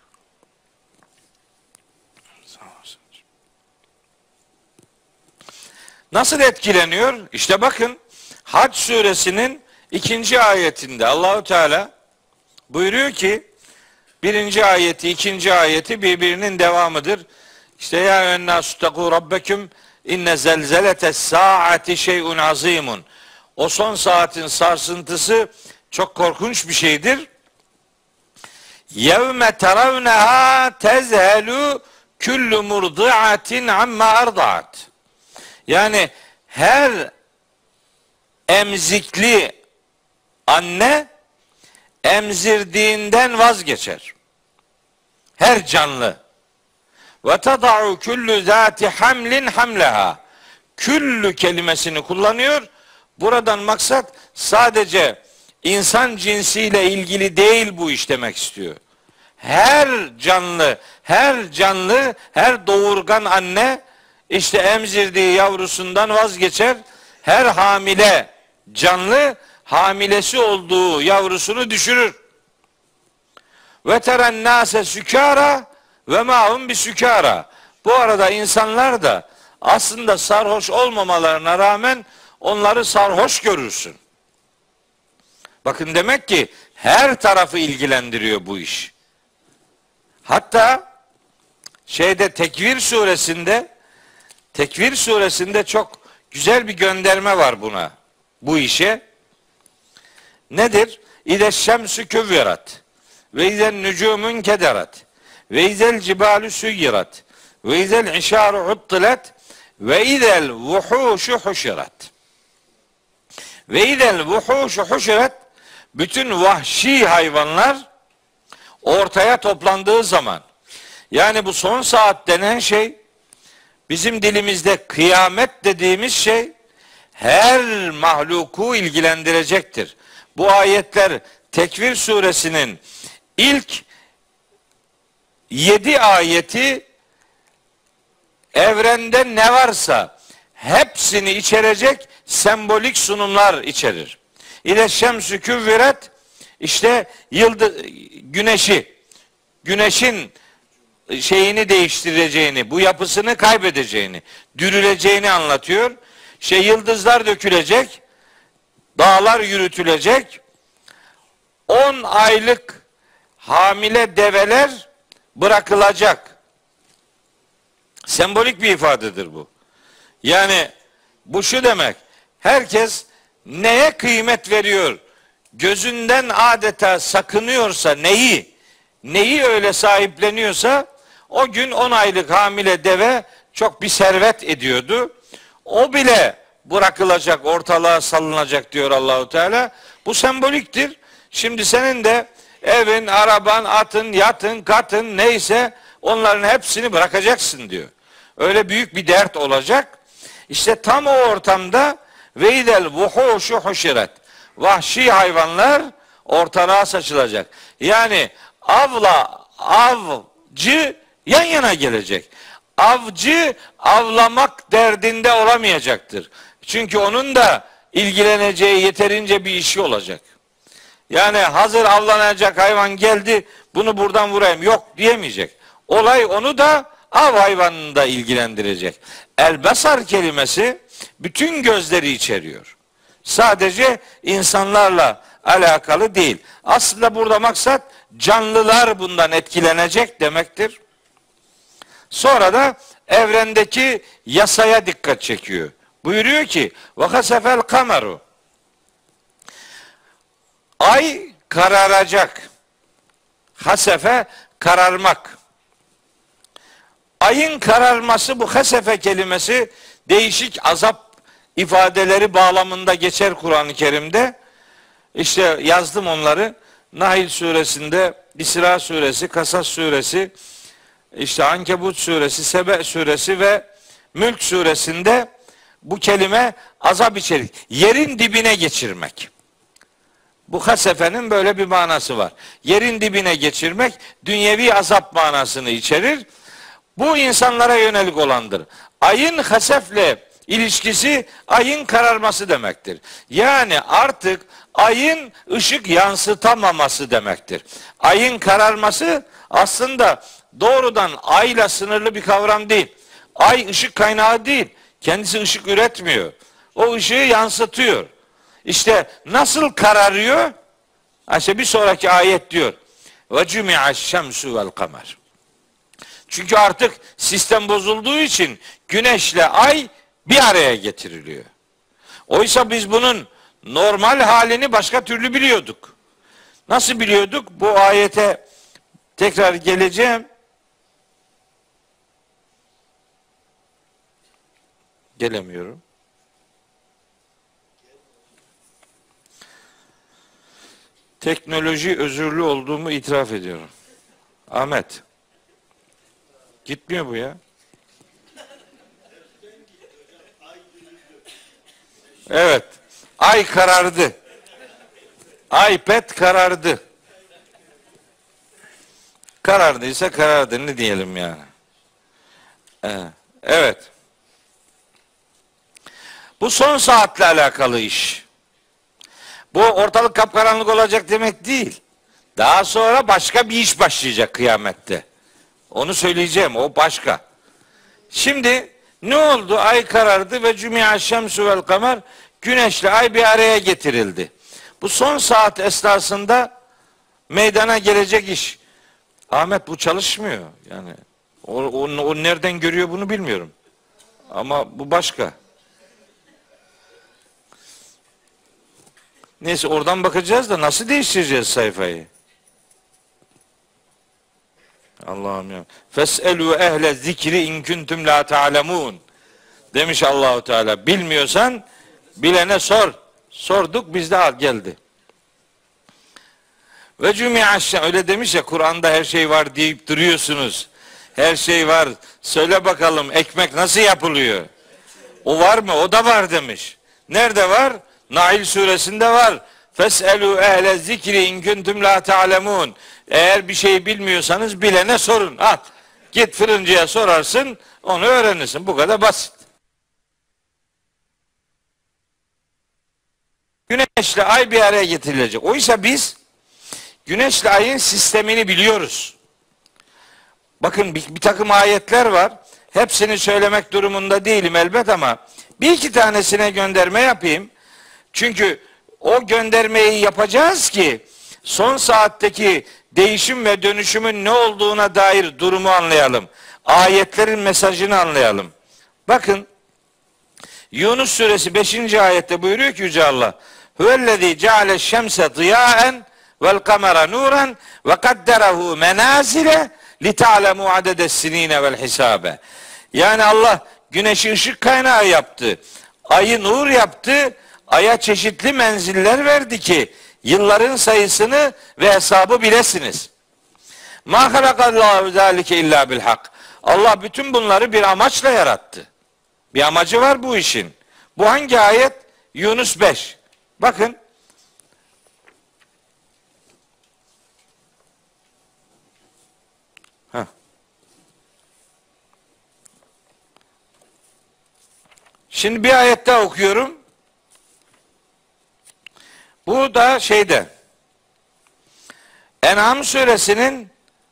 Nasıl etkileniyor? İşte bakın, Hac suresinin 2. ayetinde Allahu Teala buyuruyor ki, 1. ayeti, 2. ayeti birbirinin devamıdır. İşte ya ennâsü tekû rabbeküm inne zelzeletes saati şey'un azimun. O son saatin sarsıntısı çok korkunç bir şeydir. Yevme teravneha tezhelu kullu murdi'atin amma arda'at. Yani her emzikli anne emzirdiğinden vazgeçer. Her canlı. Ve tada'u kullu zati hamlin hamleha. Küllü kelimesini kullanıyor. Buradan maksat sadece insan cinsiyle ilgili değil bu iş demek istiyor. Her canlı, her doğurgan anne işte emzirdiği yavrusundan vazgeçer. Her hamile canlı hamilesi olduğu yavrusunu düşürür. Ve teren nase sükara ve mahum bi sükara. Bu arada insanlar da aslında sarhoş olmamalarına rağmen onları sarhoş görürsün. Bakın, demek ki her tarafı ilgilendiriyor bu iş. Hatta Tekvir suresinde çok güzel bir gönderme var buna. Bu işe. Nedir? İdeş şemsü küvverat ve izen nücumun kederat ve izel cibalü süyyirat ve izel işaru uttilat ve izel vuhuşu huşirat. Ve izel vuhuşu huşirat, bütün vahşi hayvanlar ortaya toplandığı zaman, yani bu son saat denen şey, bizim dilimizde kıyamet dediğimiz şey her mahluku ilgilendirecektir. Bu ayetler Tekvir suresinin ilk 7 ayeti evrende ne varsa hepsini içerecek sembolik sunumlar içerir. İle şemsü küvviret, işte güneşin şeyini değiştireceğini, bu yapısını kaybedeceğini, dürüleceğini anlatıyor. Yıldızlar dökülecek, dağlar yürütülecek. 10 aylık hamile develer bırakılacak. Sembolik bir ifadedir bu. Yani bu şu demek: herkes neye kıymet veriyor, gözünden adeta sakınıyorsa, neyi öyle sahipleniyorsa, o gün 10 aylık hamile deve çok bir servet ediyordu. O bile bırakılacak, ortalığa salınacak diyor Allahu Teala. Bu semboliktir. Şimdi senin de evin, araban, atın, yatın, katın neyse onların hepsini bırakacaksın diyor. Öyle büyük bir dert olacak. İşte tam o ortamda veydel vuhuşu huşiret, vahşi hayvanlar ortalığa saçılacak. Yani avcı yan yana gelecek. Avcı avlamak derdinde olamayacaktır. Çünkü onun da ilgileneceği yeterince bir işi olacak. Yani hazır avlanacak hayvan geldi, bunu buradan vurayım, yok diyemeyecek. Olay onu da av hayvanını da ilgilendirecek. El-Basar kelimesi bütün gözleri içeriyor. Sadece insanlarla alakalı değil. Aslında burada maksat canlılar bundan etkilenecek demektir. Sonra da evrendeki yasaya dikkat çekiyor. Buyuruyor ki vakasefel kameru, ay kararacak. Hasefe kararmak. Ayın kararması, bu hasefe kelimesi değişik azap ifadeleri bağlamında geçer Kur'an-ı Kerim'de. İşte yazdım onları. Nahl suresinde, İsra suresi, Kasas suresi, işte Ankebut suresi, Sebe suresi ve Mülk suresinde bu kelime azap içerir. Yerin dibine geçirmek. Bu hasefenin böyle bir manası var. Yerin dibine geçirmek dünyevi azap manasını içerir. Bu insanlara yönelik olandır. Ayın hasefle ilişkisi ayın kararması demektir. Yani artık ayın ışık yansıtamaması demektir. Ayın kararması aslında doğrudan ayla sınırlı bir kavram değil. Ay ışık kaynağı değil. Kendisi ışık üretmiyor. O ışığı yansıtıyor. İşte nasıl kararıyor? İşte bir sonraki ayet diyor. Ve cumi'aş şemsu vel kamer. Çünkü artık sistem bozulduğu için güneşle ay bir araya getiriliyor. Oysa biz bunun normal halini başka türlü biliyorduk. Nasıl biliyorduk? Bu ayete tekrar geleceğim. Gelemiyorum. Teknoloji özürlü olduğumu itiraf ediyorum. Ahmet. Gitmiyor bu ya. Evet. Ay karardı. iPad karardı. Karardıysa karardı. Ne diyelim yani. Evet. Bu son saatle alakalı iş. Bu ortalık kapkaranlık olacak demek değil. Daha sonra başka bir iş başlayacak kıyamette. Onu söyleyeceğim. O başka. Şimdi ne oldu? Ay karardı ve cümi'a şemsu vel kamer, güneşle ay bir araya getirildi. Bu son saat esnasında meydana gelecek iş. Ahmet bu çalışmıyor. Yani o nereden görüyor bunu bilmiyorum. Ama bu başka. Neyse oradan bakacağız da nasıl değiştireceğiz sayfayı? Allah'ım ya. Fes'elû ehle zikri in kuntum la ta'lemun. Demiş Allahu Teala. Bilmiyorsan bilene sor. Sorduk, biz de al geldi. Ve cümi'aş, öyle demiş ya, Kur'an'da her şey var deyip duruyorsunuz. Her şey var. Söyle bakalım ekmek nasıl yapılıyor? O var mı? O da var demiş. Nerede var? Nahl suresinde var. Fes'elû ehle zikri in kuntum la ta'lemun. Eğer bir şey bilmiyorsanız bilene sorun. Al. Git fırıncıya sorarsın, onu öğrenirsin. Bu kadar basit. Güneşle ay bir araya getirilecek. Oysa biz güneşle ayın sistemini biliyoruz. Bakın bir takım ayetler var. Hepsini söylemek durumunda değilim elbet ama bir iki tanesine gönderme yapayım. Çünkü o göndermeyi yapacağız ki son saatteki değişim ve dönüşümün ne olduğuna dair durumu anlayalım. Ayetlerin mesajını anlayalım. Bakın Yunus suresi 5. ayette buyuruyor ki Yüce Allah: Huvellezî ceale şemse diyâen vel kamera nuran ve kadderahu menazile li ta'lemu adedes sinine vel hisabe. Yani Allah güneşi ışık kaynağı yaptı. Ayı nur yaptı. Aya çeşitli menziller verdi ki yılların sayısını ve hesabı bilesiniz. Ma halakallahu zalike illa bil hak. Allah bütün bunları bir amaçla yarattı. Bir amacı var bu işin. Bu hangi ayet? Yunus 5. Bakın. Şimdi bir ayet daha okuyorum. Bu da En'am suresinin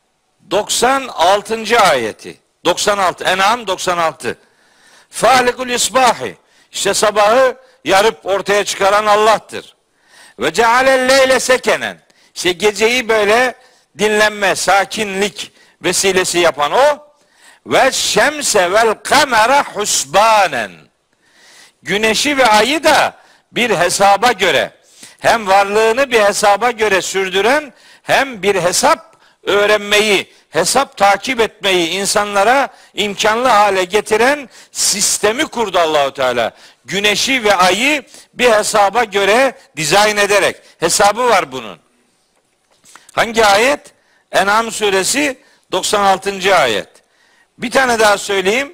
96. ayeti. 96. En'am 96. Falikul isbahi. İşte sabahı yarıp ortaya çıkaran Allah'tır. Ve cealel leyle sekenen. İşte geceyi böyle dinlenme, sakinlik vesilesi yapan o. Ve şemse vel kamera husbanen. Güneşi ve ayı da bir hesaba göre, hem varlığını bir hesaba göre sürdüren, hem bir hesap öğrenmeyi, hesap takip etmeyi insanlara imkanlı hale getiren sistemi kurdu Allahu Teala. Güneşi ve ayı bir hesaba göre dizayn ederek. Hesabı var bunun. Hangi ayet? En'am suresi 96. ayet. Bir tane daha söyleyeyim.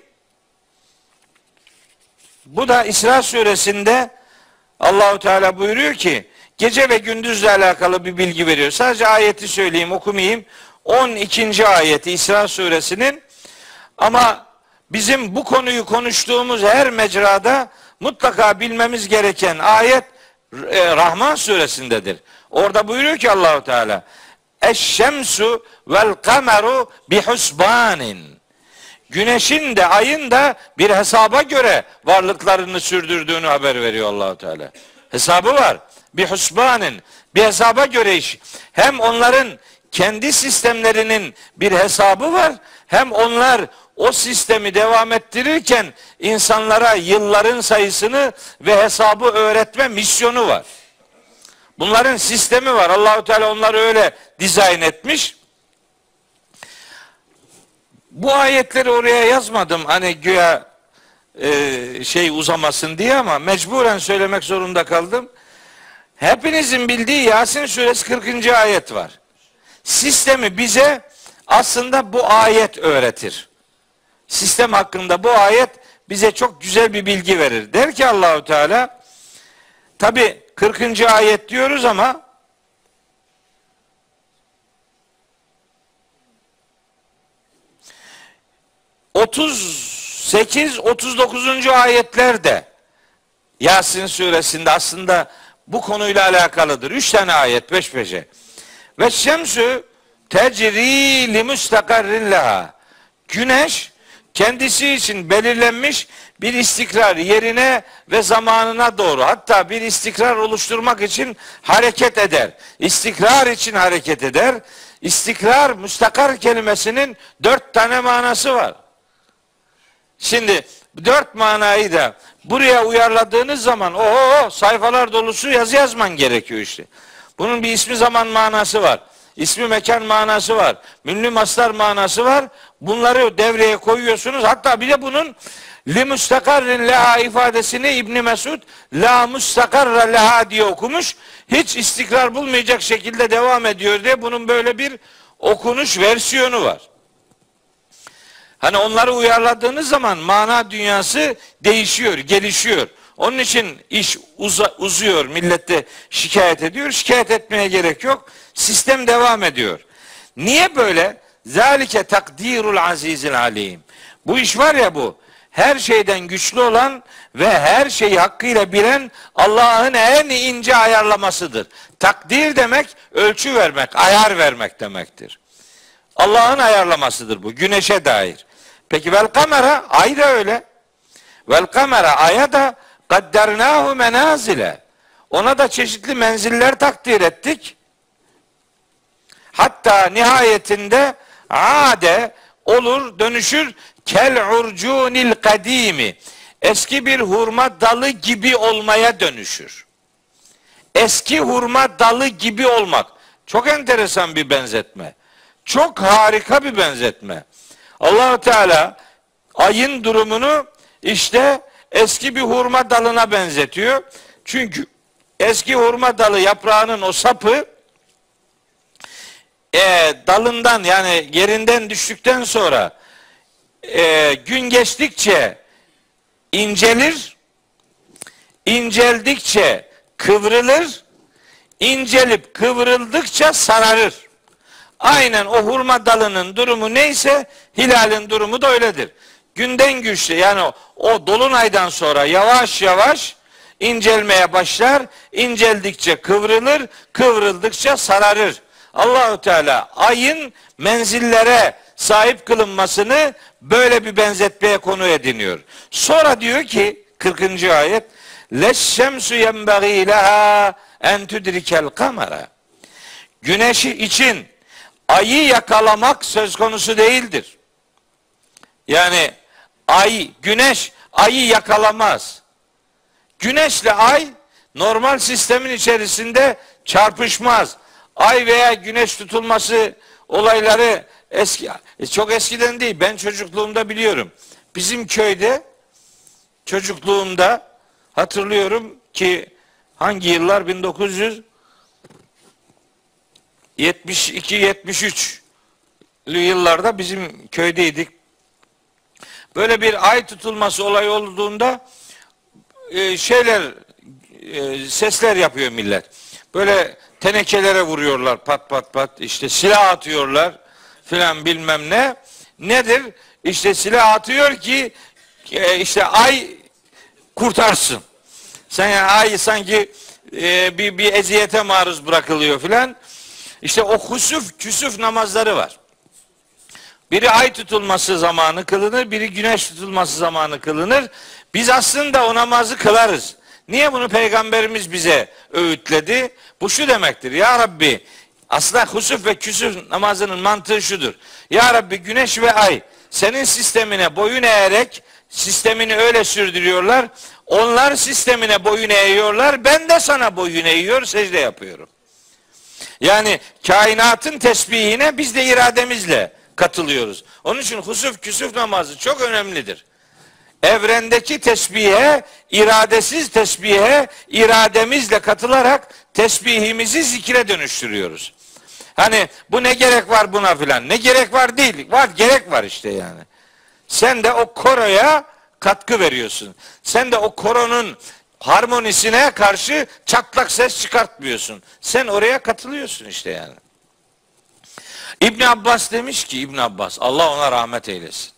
Bu da İsra suresinde Allahu Teala buyuruyor ki gece ve gündüzle alakalı bir bilgi veriyor. Sadece ayeti söyleyeyim, okumayayım. 12. ayeti İsra suresinin, ama bizim bu konuyu konuştuğumuz her mecrada mutlaka bilmemiz gereken ayet Rahman suresindedir. Orada buyuruyor ki Allahu Teala: Eşşemsu vel kameru bihusbanin. Güneşin de ayın da bir hesaba göre varlıklarını sürdürdüğünü haber veriyor Allahu Teala. Hesabı var. Bir husbanin, bir hesaba göre iş. Hem onların kendi sistemlerinin bir hesabı var, hem onlar o sistemi devam ettirirken insanlara yılların sayısını ve hesabı öğretme misyonu var. Bunların sistemi var. Allahu Teala onları öyle dizayn etmiş. Bu ayetleri oraya yazmadım hani güya uzamasın diye, ama mecburen söylemek zorunda kaldım. Hepinizin bildiği Yasin suresi 40. ayet var. Sistemi bize aslında bu ayet öğretir. Sistem hakkında bu ayet bize çok güzel bir bilgi verir. Der ki Allahu Teala, tabi 40. ayet diyoruz ama 38-39. ayetler de Yasin suresinde aslında bu konuyla alakalıdır. 3 tane ayet peş peşe. Ve şemsü tecri li müstakarrin leha. Güneş kendisi için belirlenmiş bir istikrar yerine ve zamanına doğru, hatta bir istikrar oluşturmak için hareket eder. İstikrar için hareket eder. İstikrar, müstakar kelimesinin 4 tane manası var. Şimdi 4 manayı da buraya uyarladığınız zaman sayfalar dolusu yazı yazman gerekiyor işte. Bunun bir ismi zaman manası var. İsmi mekan manası var. Münlü mastar manası var. Bunları devreye koyuyorsunuz. Hatta bir de bunun li müstakarrin leha ifadesini İbn Mesud la müstakarra leha diye okumuş. Hiç istikrar bulmayacak şekilde devam ediyor diye bunun böyle bir okunuş versiyonu var. Hani onları uyarladığınız zaman mana dünyası değişiyor, gelişiyor. Onun için iş uzuyor, millet de şikayet ediyor. Şikayet etmeye gerek yok. Sistem devam ediyor. Niye böyle? Zalike takdirul azizil alim. Bu iş var ya bu. Her şeyden güçlü olan ve her şeyi hakkıyla bilen Allah'ın en ince ayarlamasıdır. Takdir demek ölçü vermek, ayar vermek demektir. Allah'ın ayarlamasıdır bu güneşe dair. Peki vel kamera, ay da öyle. Vel kamera, aya da kaddernahu menazile. Ona da çeşitli menziller takdir ettik. Hatta nihayetinde ade olur, dönüşür kel urcunil kadimi. Eski bir hurma dalı gibi olmaya dönüşür. Eski hurma dalı gibi olmak. Çok enteresan bir benzetme. Çok harika bir benzetme. Allah-u Teala ayın durumunu işte eski bir hurma dalına benzetiyor. Çünkü eski hurma dalı yaprağının o sapı dalından yani yerinden düştükten sonra gün geçtikçe incelir, inceldikçe kıvrılır, incelip kıvrıldıkça sararır. Aynen o hurma dalının durumu neyse hilalin durumu da öyledir. Günden güçlü yani o dolunaydan sonra yavaş yavaş incelmeye başlar, inceldikçe kıvrılır, kıvrıldıkça sararır. Allahu Teala ayın menzillere sahip kılınmasını böyle bir benzetmeye konu ediniyor. Sonra diyor ki 40. ayet leşşemsu yenbagî leha en tudrikel kamera. Güneşi için ayı yakalamak söz konusu değildir. Yani güneş ayı yakalamaz. Güneşle ay normal sistemin içerisinde çarpışmaz. Ay veya güneş tutulması olayları çok eskiden değil. Ben çocukluğumda biliyorum. Bizim köyde çocukluğumda hatırlıyorum ki hangi yıllar 1972-73'lü yıllarda bizim köydeydik. Böyle bir ay tutulması olayı olduğunda sesler yapıyor millet. Böyle tenekelere vuruyorlar pat pat pat. İşte silah atıyorlar filan bilmem ne. Nedir? İşte silah atıyor ki işte ay kurtarsın. Sen yani ay sanki bir eziyete maruz bırakılıyor filan. İşte o küsuf namazları var. Biri ay tutulması zamanı kılınır, biri güneş tutulması zamanı kılınır. Biz aslında o namazı kılarız. Niye bunu Peygamberimiz bize öğütledi? Bu şu demektir. Ya Rabbi, aslında husuf ve küsuf namazının mantığı şudur. Ya Rabbi güneş ve ay senin sistemine boyun eğerek sistemini öyle sürdürüyorlar. Onlar sistemine boyun eğiyorlar. Ben de sana boyun eğiyor, secde yapıyorum. Yani kainatın tesbihine biz de irademizle katılıyoruz. Onun için husuf küsuf namazı çok önemlidir. Evrendeki tesbihe, iradesiz tesbihe irademizle katılarak tesbihimizi zikre dönüştürüyoruz. Hani bu ne gerek var buna filan? Ne gerek var değil. Var gerek var işte yani. Sen de o koroya katkı veriyorsun. Sen de o koronun harmonisine karşı çatlak ses çıkartmıyorsun. Sen oraya katılıyorsun işte yani. İbn Abbas demiş ki İbn Abbas Allah ona rahmet eylesin.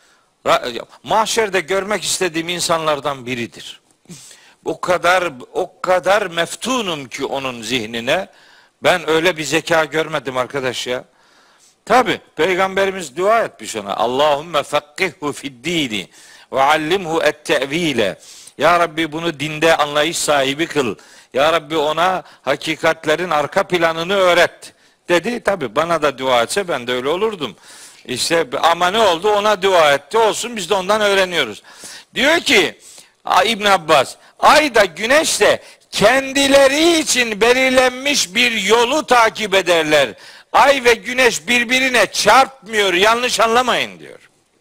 Mahşerde görmek istediğim insanlardan biridir. O kadar meftunum ki onun zihnine. Ben öyle bir zeka görmedim arkadaş ya. Tabi Peygamberimiz dua etmiş ona. Allahümme fakkihhu fiddini ve allimhu et-te'vile. Ya Rabbi bunu dinde anlayış sahibi kıl. Ya Rabbi ona hakikatlerin arka planını öğret dedi. Tabi bana da dua etse ben de öyle olurdum. İşte ama ne oldu? Ona dua etti. Olsun biz de ondan öğreniyoruz. Diyor ki İbn Abbas ay da güneş de kendileri için belirlenmiş bir yolu takip ederler. Ay ve güneş birbirine çarpmıyor. Yanlış anlamayın diyor.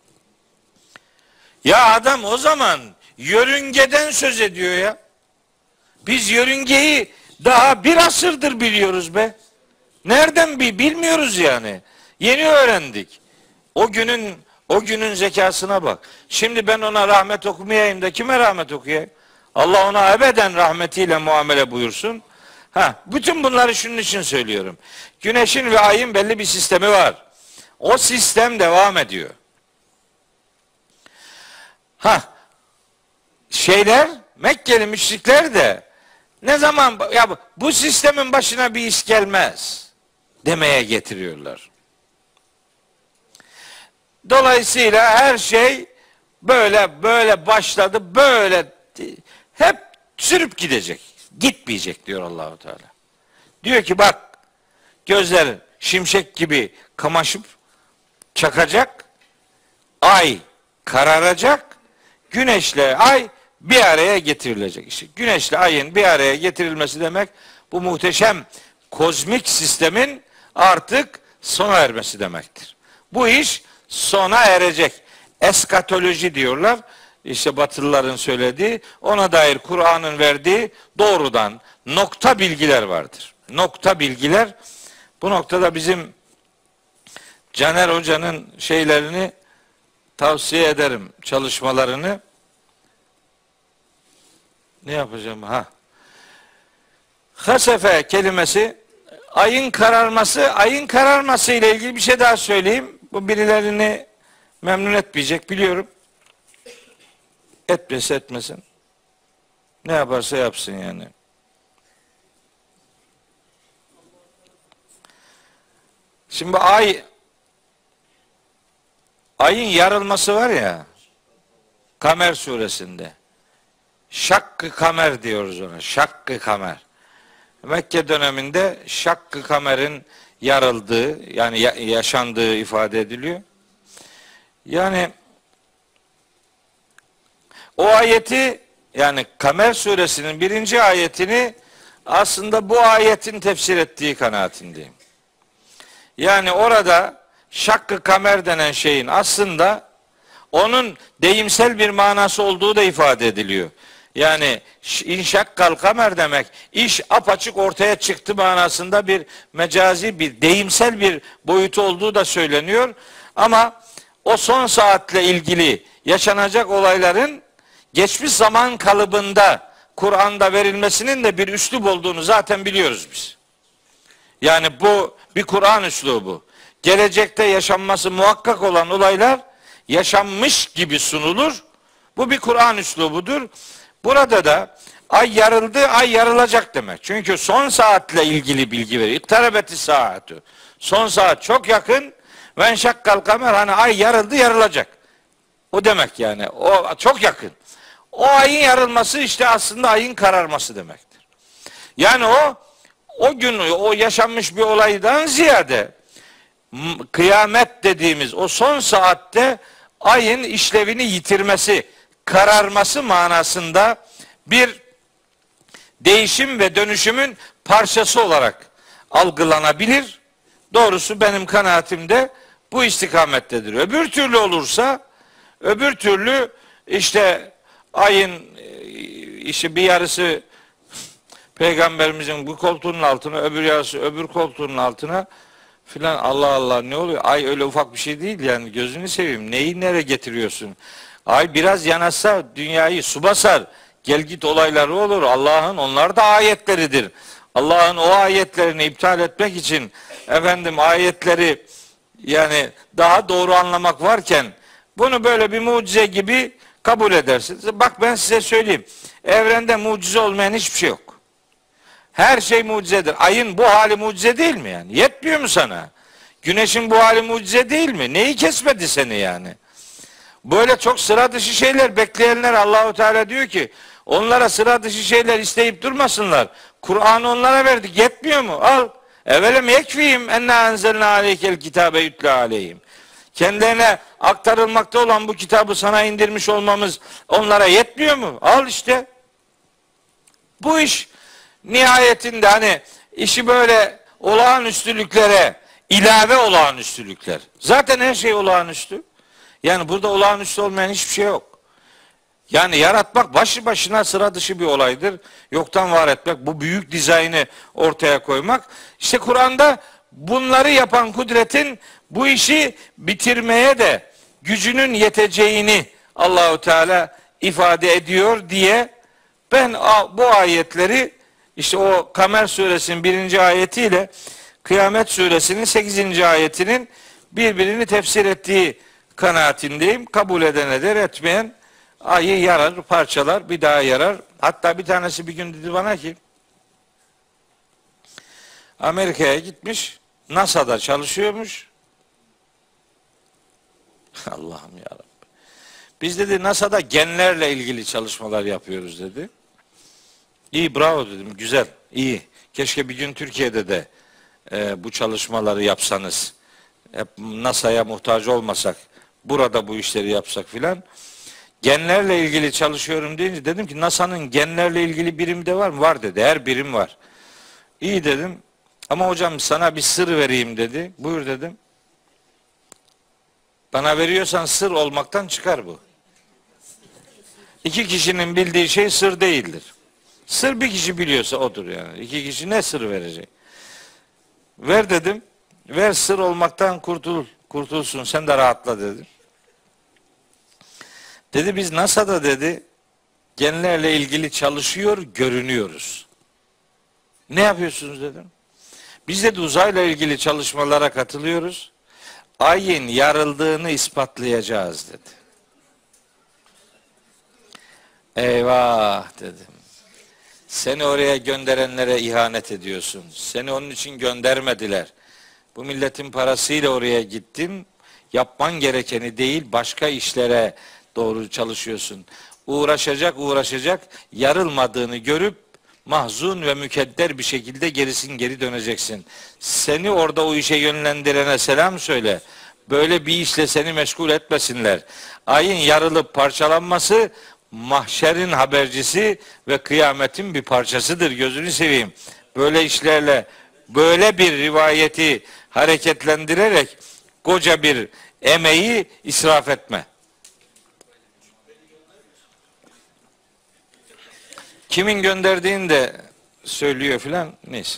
Ya adam o zaman yörüngeden söz ediyor ya. Biz yörüngeyi daha bir asırdır biliyoruz be. Nereden bilmiyoruz yani. Yeni öğrendik. O günün zekasına bak. Şimdi ben ona rahmet okumayayım da kime rahmet okuyayım? Allah ona ebeden rahmetiyle muamele buyursun. Bütün bunları şunun için söylüyorum. Güneşin ve ayın belli bir sistemi var. O sistem devam ediyor. Mekkeli müşrikler de ne zaman ya bu sistemin başına bir iş gelmez demeye getiriyorlar. Dolayısıyla her şey böyle başladı, böyle hep sürüp gidecek. Gitmeyecek diyor Allahu Teala. Diyor ki bak, gözler şimşek gibi kamaşıp çakacak, ay kararacak, güneşle ay bir araya getirilecek. İşte güneşle ayın bir araya getirilmesi demek, bu muhteşem kozmik sistemin artık sona ermesi demektir. Bu iş sona erecek. Eskatoloji diyorlar. İşte Batılıların söylediği, ona dair Kur'an'ın verdiği doğrudan nokta bilgiler vardır. Nokta bilgiler. Bu noktada bizim Caner Hoca'nın şeylerini tavsiye ederim, çalışmalarını. Ne yapacağım? Hasefe kelimesi, ayın kararması ile ilgili bir şey daha söyleyeyim. Bu birilerini memnun etmeyecek biliyorum. Etmese etmesin. Ne yaparsa yapsın yani. Şimdi ayın yarılması var ya, Kamer suresinde. Şakkı kamer diyoruz ona. Şakkı kamer. Mekke döneminde Şakkı kamerin yarıldığı, yani yaşandığı ifade ediliyor. Yani o ayeti, yani Kamer suresinin 1. ayetini aslında bu ayetin tefsir ettiği kanaatindeyim. Yani orada Şakkı kamer denen şeyin aslında onun deyimsel bir manası olduğu da ifade ediliyor. Yani inşakkal kamer demek, iş apaçık ortaya çıktı manasında bir mecazi, bir deyimsel bir boyutu olduğu da söyleniyor. Ama o son saatle ilgili yaşanacak olayların geçmiş zaman kalıbında Kur'an'da verilmesinin de bir üslup olduğunu zaten biliyoruz biz. Yani bu bir Kur'an üslubu. Gelecekte yaşanması muhakkak olan olaylar yaşanmış gibi sunulur. Bu bir Kur'an üslubudur. Burada da ay yarıldı, ay yarılacak demek. Çünkü son saatle ilgili bilgi veriyor. İktarabeti saatü. Son saat çok yakın. Ve enşakkal kamer, hani ay yarıldı, yarılacak. O demek yani. O çok yakın. O ayın yarılması işte aslında ayın kararması demektir. Yani o gün o yaşanmış bir olaydan ziyade kıyamet dediğimiz o son saatte ayın işlevini yitirmesi, kararması manasında bir değişim ve dönüşümün parçası olarak algılanabilir. Doğrusu benim kanaatimde bu istikamettedir. Öbür türlü olursa, öbür türlü işte ayın bir yarısı Peygamberimizin bu koltuğunun altına, öbür yarısı öbür koltuğunun altına filan, Allah Allah, ne oluyor? Ay öyle ufak bir şey değil yani, gözünü seveyim. Neyi nereye getiriyorsun? Ay biraz yanaşsa dünyayı su basar. Gel git olayları olur. Allah'ın onlar da ayetleridir. Allah'ın o ayetlerini iptal etmek için ayetleri yani daha doğru anlamak varken bunu böyle bir mucize gibi kabul edersiniz. Bak ben size söyleyeyim. Evrende mucize olmayan hiçbir şey yok. Her şey mucizedir. Ayın bu hali mucize değil mi yani? Yetmiyor mu sana? Güneşin bu hali mucize değil mi? Neyi kesmedi seni yani? Böyle çok sıra dışı şeyler bekleyenler, Allahu Teala diyor ki onlara sıra dışı şeyler isteyip durmasınlar. Kur'an'ı onlara verdik. Yetmiyor mu? Al. Evelem yekfihim enna enzelna aleykel kitabe yutla aleyhim. Kendilerine aktarılmakta olan bu kitabı sana indirmiş olmamız onlara yetmiyor mu? Al işte. Bu iş nihayetinde hani işi böyle olağanüstülüklere ilave olağanüstülükler. Zaten her şey olağanüstü. Yani burada olağanüstü olmayan hiçbir şey yok. Yani yaratmak başlı başına sıra dışı bir olaydır. Yoktan var etmek, bu büyük dizaynı ortaya koymak. İşte Kur'an'da bunları yapan kudretin bu işi bitirmeye de gücünün yeteceğini Allahu Teala ifade ediyor diye Ben bu ayetleri işte o Kamer suresinin 1. ayetiyle Kıyamet suresinin 8. ayetinin birbirini tefsir ettiği kanaatindeyim. Kabul eden eder, etmeyen ayı yarar, parçalar, bir daha yarar. Hatta bir tanesi bir gün dedi bana ki Amerika'ya gitmiş, NASA'da çalışıyormuş. Allah'ım yarabbim. Biz dedi NASA'da genlerle ilgili çalışmalar yapıyoruz dedi. İyi, bravo dedim, güzel, iyi. Keşke bir gün Türkiye'de de bu çalışmaları yapsanız. Hep NASA'ya muhtaç olmasak, burada bu işleri yapsak filan. Genlerle ilgili çalışıyorum deyince dedim ki NASA'nın genlerle ilgili birimi de var mı? Var dedi, her birim var. İyi dedim. Ama hocam sana bir sır vereyim dedi. Buyur dedim. Bana veriyorsan sır olmaktan çıkar bu. 2 kişinin bildiği şey sır değildir. Sır bir kişi biliyorsa odur yani. 2 kişi ne sır verecek? Ver dedim. Ver, sır olmaktan kurtulsun. Sen de rahatla dedim. Dedi biz NASA'da dedi genlerle ilgili çalışıyor görünüyoruz. Ne yapıyorsunuz dedim. Biz de uzayla ilgili çalışmalara katılıyoruz. Ayın yarıldığını ispatlayacağız dedi. Eyvah dedim. Seni oraya gönderenlere ihanet ediyorsun. Seni onun için göndermediler. Bu milletin parasıyla oraya gittin. Yapman gerekeni değil, başka işlere doğru çalışıyorsun. Uğraşacak, yarılmadığını görüp mahzun ve mükedder bir şekilde geri döneceksin. Seni orada o işe yönlendirene selam söyle. Böyle bir işle seni meşgul etmesinler. Ayın yarılıp parçalanması mahşerin habercisi ve kıyametin bir parçasıdır. Gözünü seveyim. Böyle işlerle, böyle bir rivayeti hareketlendirerek koca bir emeği israf etme. Kimin gönderdiğini de söylüyor filan. Neyse.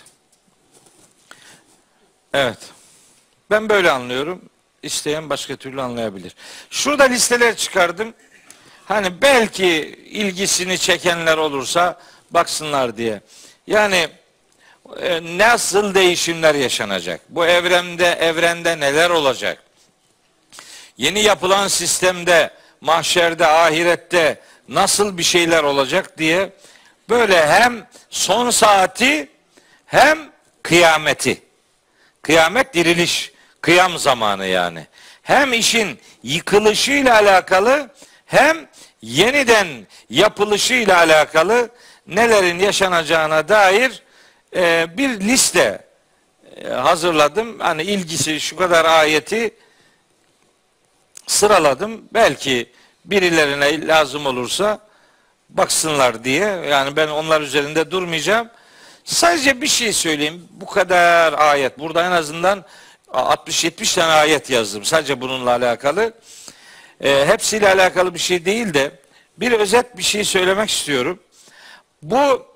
Evet. Ben böyle anlıyorum. İsteyen başka türlü anlayabilir. Şurada listeler çıkardım. Hani belki ilgisini çekenler olursa baksınlar diye. Yani nasıl değişimler yaşanacak? Bu evrende neler olacak? Yeni yapılan sistemde, mahşerde, ahirette nasıl bir şeyler olacak diye böyle hem son saati hem kıyameti. Kıyamet diriliş, kıyam zamanı yani. Hem işin yıkılışıyla alakalı hem yeniden yapılışıyla alakalı nelerin yaşanacağına dair bir liste hazırladım. Hani ilgisi şu kadar ayeti sıraladım. Belki birilerine lazım olursa baksınlar diye. Yani ben onlar üzerinde durmayacağım. Sadece bir şey söyleyeyim. Bu kadar ayet. Burada en azından 60-70 tane ayet yazdım. Sadece bununla alakalı. Hepsiyle alakalı bir şey değil de bir özet bir şey söylemek istiyorum. Bu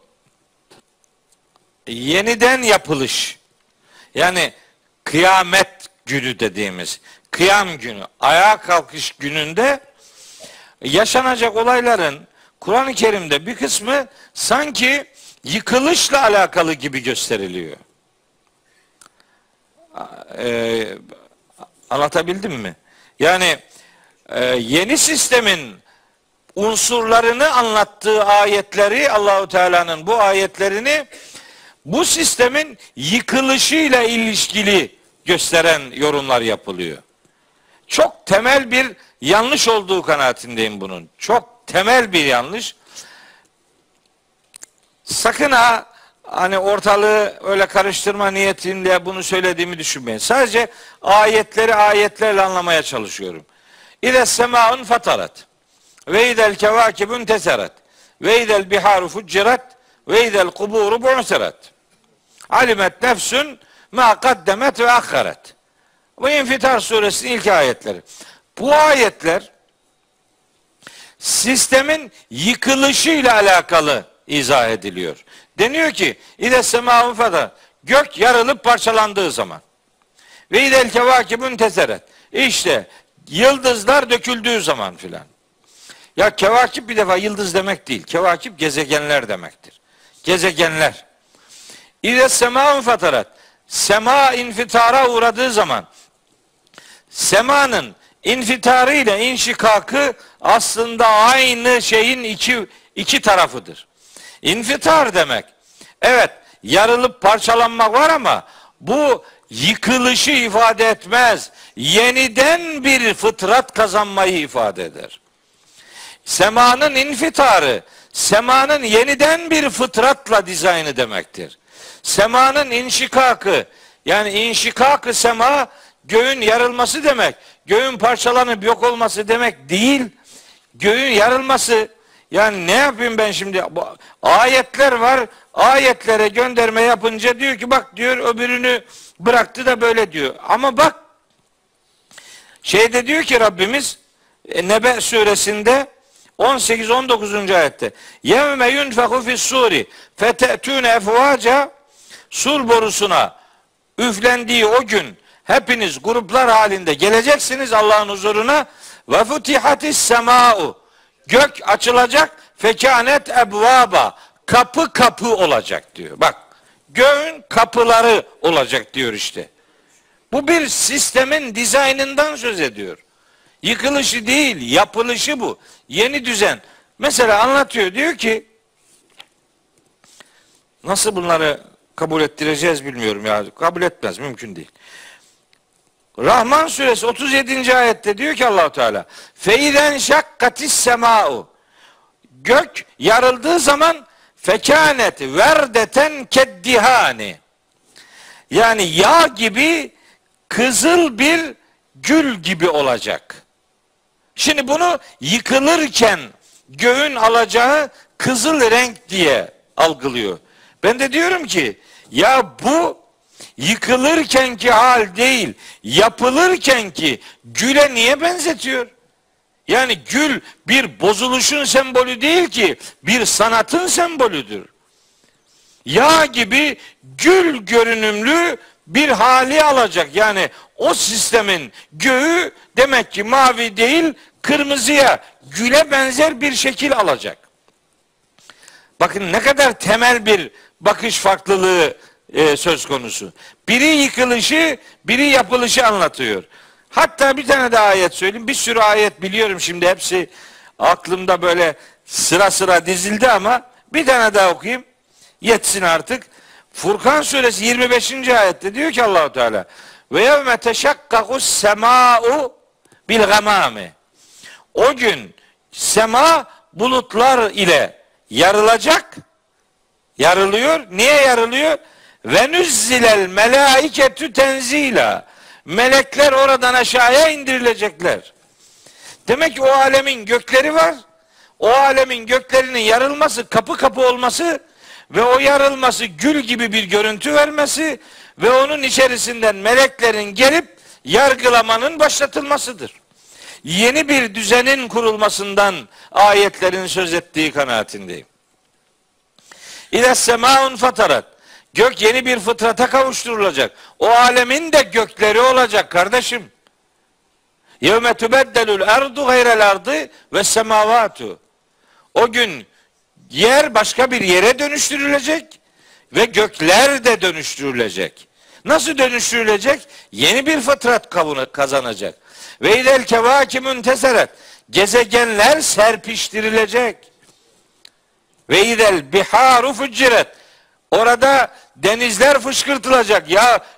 yeniden yapılış, yani kıyamet günü dediğimiz kıyam günü, ayağa kalkış gününde yaşanacak olayların Kur'an-ı Kerim'de bir kısmı sanki yıkılışla alakalı gibi gösteriliyor. Anlatabildim mi? Yani yeni sistemin unsurlarını anlattığı ayetleri, Allahu Teala'nın bu ayetlerini bu sistemin yıkılışıyla ilişkili gösteren yorumlar yapılıyor. Çok temel bir yanlış olduğu kanaatindeyim bunun. Çok temel bir yanlış. Sakın ha hani ortalığı öyle karıştırma niyetinde bunu söylediğimi düşünmeyin. Sadece ayetleri ayetlerle anlamaya çalışıyorum. İde semaun fatarat ve idel kevakibun teserat ve idel biharu fuccirat ve idel kuburu bu'serat alimet nefsün ma kaddemet ve akharet. Bu İnfitar suresinin ilk ayetleri. Bu ayetler sistemin yıkılışıyla alakalı izah ediliyor. Deniyor ki İde semaun fatarat, gök yarılıp parçalandığı zaman ve idel kevakibun teserat, İşte yıldızlar döküldüğü zaman filan. Ya kevakip bir defa yıldız demek değil. Kevakip gezegenler demektir. Gezegenler. İze semâun fatarat. Sema infitara uğradığı zaman semanın infitarı ile inşikakı aslında aynı şeyin iki tarafıdır. İnfitar demek, evet, yarılıp parçalanmak var ama bu yıkılışı ifade etmez. Yeniden bir fıtrat kazanmayı ifade eder. Semanın infitarı, semanın yeniden bir fıtratla dizaynı demektir. Semanın inşikakı, yani inşikakı sema, göğün yarılması demek. Göğün parçalanıp yok olması demek değil. Göğün yarılması, yani ne yapayım ben şimdi? Ayetler var. Ayetlere gönderme yapınca diyor ki bak diyor öbürünü bıraktı da böyle diyor. Ama bak şeyde diyor ki Rabbimiz Nebe suresinde 18-19. ayette yevme yunfehu fis-suri fete'tûne efvaca, sur borusuna üflendiği o gün hepiniz gruplar halinde geleceksiniz Allah'ın huzuruna. Ve futihatis semâ'u, gök açılacak, fekânet ebvâba, kapı kapı olacak diyor. Bak, göğün kapıları olacak diyor işte. Bu bir sistemin dizaynından söz ediyor. Yıkılışı değil, yapılışı bu. Yeni düzen. Mesela anlatıyor, diyor ki nasıl bunları kabul ettireceğiz bilmiyorum ya. Kabul etmez, mümkün değil. Rahman suresi 37. ayette diyor ki Allah Teala feiden şakkatis sema'u, gök yarıldığı zaman fekânet verdeten keddihani, yani yağ gibi kızıl bir gül gibi olacak. Şimdi bunu yıkılırken göğün alacağı kızıl renk diye algılıyor. Ben de diyorum ki ya bu yıkılırkenki hal değil, yapılırkenki güle niye benzetiyor? Yani gül bir bozuluşun sembolü değil ki, bir sanatın sembolüdür. Yağ gibi gül görünümlü bir hali alacak. Yani o sistemin göğü demek ki mavi değil, kırmızıya, güle benzer bir şekil alacak. Bakın ne kadar temel bir bakış farklılığı söz konusu. Biri yıkılışı, biri yapılışı anlatıyor. Hatta bir tane daha ayet söyleyeyim. Bir sürü ayet biliyorum şimdi, hepsi aklımda böyle sıra sıra dizildi ama bir tane daha okuyayım. Yetsin artık. Furkan suresi 25. ayette diyor ki Allahu Teala ve yevme teşakkakus sema'u bil gamami. O gün sema bulutlar ile yarılacak. Yarılıyor. Niye yarılıyor? Ve nüzzilel melaiketü tenzila. Melekler oradan aşağıya indirilecekler. Demek ki o alemin gökleri var. O alemin göklerinin yarılması, kapı kapı olması ve o yarılması gül gibi bir görüntü vermesi ve onun içerisinden meleklerin gelip yargılamanın başlatılmasıdır. Yeni bir düzenin kurulmasından ayetlerin söz ettiği kanaatindeyim. İle semaun fatarat. Gök yeni bir fıtrata kavuşturulacak. O alemin de gökleri olacak kardeşim. Yevme tubeddelul erdu gayrel ardı ve semavatu. O gün yer başka bir yere dönüştürülecek ve gökler de dönüştürülecek. Nasıl dönüştürülecek? Yeni bir fıtrat kazanacak. Ve idel kevâkimün teseret. Gezegenler serpiştirilecek. Ve idel biharu fucciret. Orada denizler fışkırtılacak.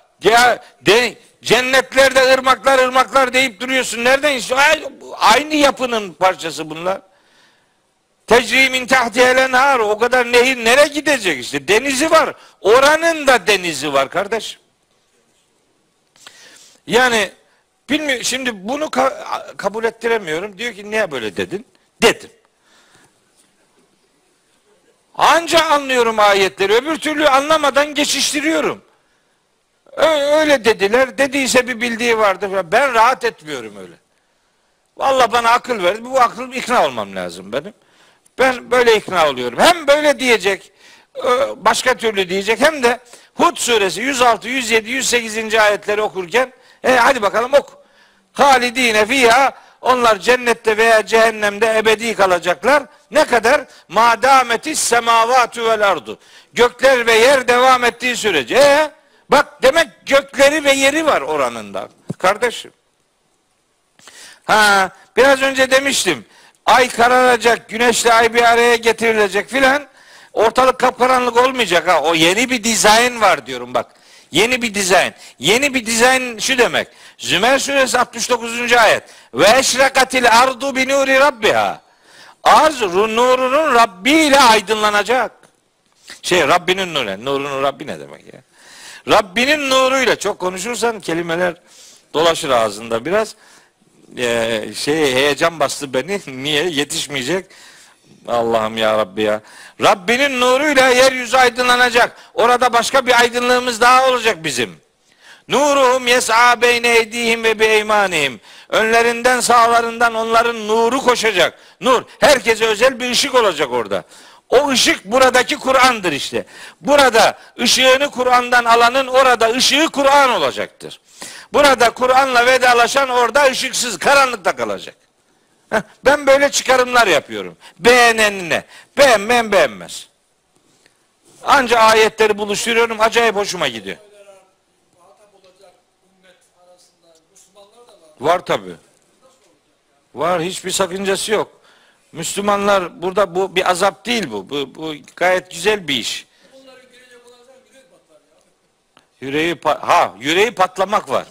Cennetlerde ırmaklar deyip duruyorsun. Nereden işte? Aynı yapının parçası bunlar. Tecri min tahtihel enhar. O kadar nehir nereye gidecek işte? Denizi var. Oranın da denizi var kardeş. Yani bilmiyorum. Şimdi bunu kabul ettiremiyorum. Diyor ki niye böyle dedin? Dedim. Anca anlıyorum ayetleri. Öbür türlü anlamadan geçiştiriyorum. Öyle dediler. Dediyse bir bildiği vardır. Ben rahat etmiyorum öyle. Vallahi bana akıl verdi. Bu akıl ikna olmam lazım benim. Ben böyle ikna oluyorum. Hem böyle diyecek, başka türlü diyecek, hem de Hud suresi 106, 107, 108. ayetleri okurken hadi bakalım oku. Halidine fiha onlar cennette veya cehennemde ebedi kalacaklar. Ne kadar? Madametis semavatü vel ardu. Gökler ve yer devam ettiği sürece. Bak demek gökleri ve yeri var oranın da. Kardeşim. Biraz önce demiştim. Ay kararacak, güneşle ay bir araya getirilecek filan. Ortalık kapkaranlık olmayacak ha. O yeni bir dizayn var diyorum bak. Yeni bir dizayn. Yeni bir dizayn şu demek. Zümer suresi 69. ayet. Ve eşrekatil ardu bi nuri rabbiha. Arz nurunun Rabbi ile aydınlanacak. Rabbinin nuru. Nurunun Rabbi ne demek ya? Rabbinin nuruyla çok konuşursan kelimeler dolaşır ağzında biraz. Heyecan bastı beni. Niye? Yetişmeyecek. Allah'ım ya Rabbi ya. Rabbinin nuruyla yeryüzü aydınlanacak. Orada başka bir aydınlığımız daha olacak bizim. Nuruhum yes'a beyne eydihim ve beymanihim. Önlerinden sağlarından onların nuru koşacak. Nur. Herkese özel bir ışık olacak orada. O ışık buradaki Kur'an'dır işte. Burada ışığını Kur'an'dan alanın orada ışığı Kur'an olacaktır. Burada Kur'an'la vedalaşan orada ışıksız, karanlıkta kalacak. Ben böyle çıkarımlar yapıyorum. Beğenenine. Beğenmeyen beğenmez. Anca ayetleri buluşturuyorum. Acayip hoşuma gidiyor. Var tabii. Var. Hiçbir sakıncası yok. Müslümanlar burada bu bir azap değil bu. Bu gayet güzel bir iş. Yüreği patlamak var.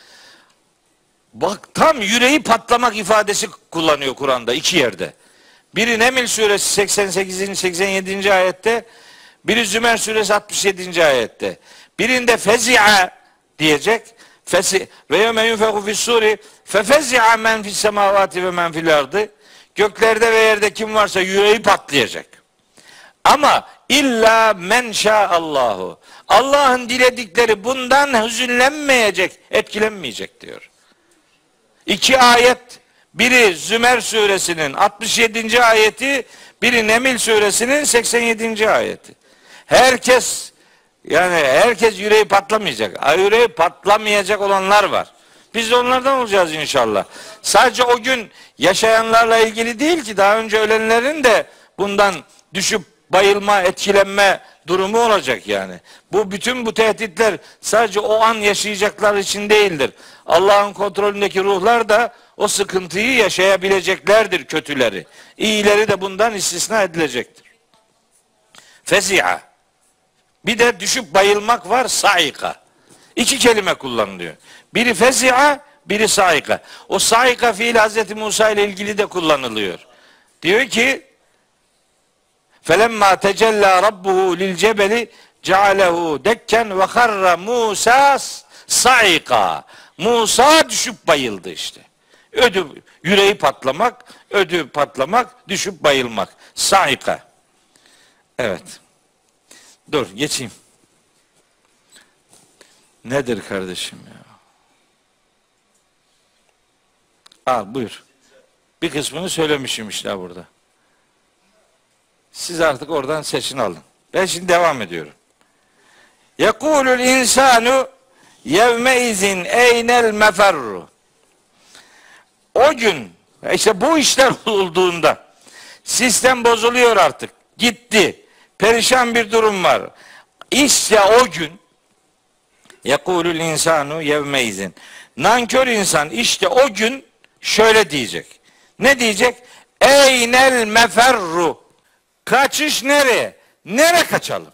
Bak tam yüreği patlamak ifadesi kullanıyor Kur'an'da iki yerde. Biri Neml suresi 88. 87. ayette, biri Zümer suresi 67. ayette. Birinde fezi'a diyecek. Ve yevme yunfeku fis-suri fefezi'a men fis-semavati ve men fil-ardı. Göklerde ve yerde kim varsa yüreği patlayacak. Ama illa men şa'allahu. Allah'ın diledikleri bundan hüzünlenmeyecek, etkilenmeyecek diyor. İki ayet, biri Zümer suresinin 67. ayeti, biri Neml suresinin 87. ayeti. Herkes yüreği patlamayacak. Yüreği patlamayacak olanlar var. Biz de onlardan olacağız inşallah. Sadece o gün yaşayanlarla ilgili değil ki, daha önce ölenlerin de bundan düşüp bayılma, etkilenme durumu olacak yani. Bütün bu tehditler sadece o an yaşayacaklar için değildir. Allah'ın kontrolündeki ruhlar da o sıkıntıyı yaşayabileceklerdir, kötüleri. İyileri de bundan istisna edilecektir. Fezi'a. Bir de düşüp bayılmak var, saika. İki kelime kullanılıyor. Biri fezi'a, biri saika. O saika fiili Hazreti Musa ile ilgili de kullanılıyor. Diyor ki فَلَمَّا تَجَلَّى رَبُّهُ لِلْجَبَلِ جَعَلَهُ دَكَّنْ وَخَرَّ مُوسَى صَعِقًا. Musa düşüp bayıldı işte. Yüreği patlamak, ödü patlamak, düşüp bayılmak. Saika. Evet. Dur geçeyim. Nedir kardeşim ya? Al buyur. Bir kısmını söylemişim işte burada. Siz artık oradan seçin alın. Ben şimdi devam ediyorum. Yekulul insanu yevme izin eynel meferru. O gün işte bu işler olduğunda sistem bozuluyor artık. Gitti. Perişan bir durum var. İşte o gün yekulul insanu yevme izin. Nankör insan işte o gün şöyle diyecek. Ne diyecek? Eynel meferru. Kaçış nereye? Nereye kaçalım?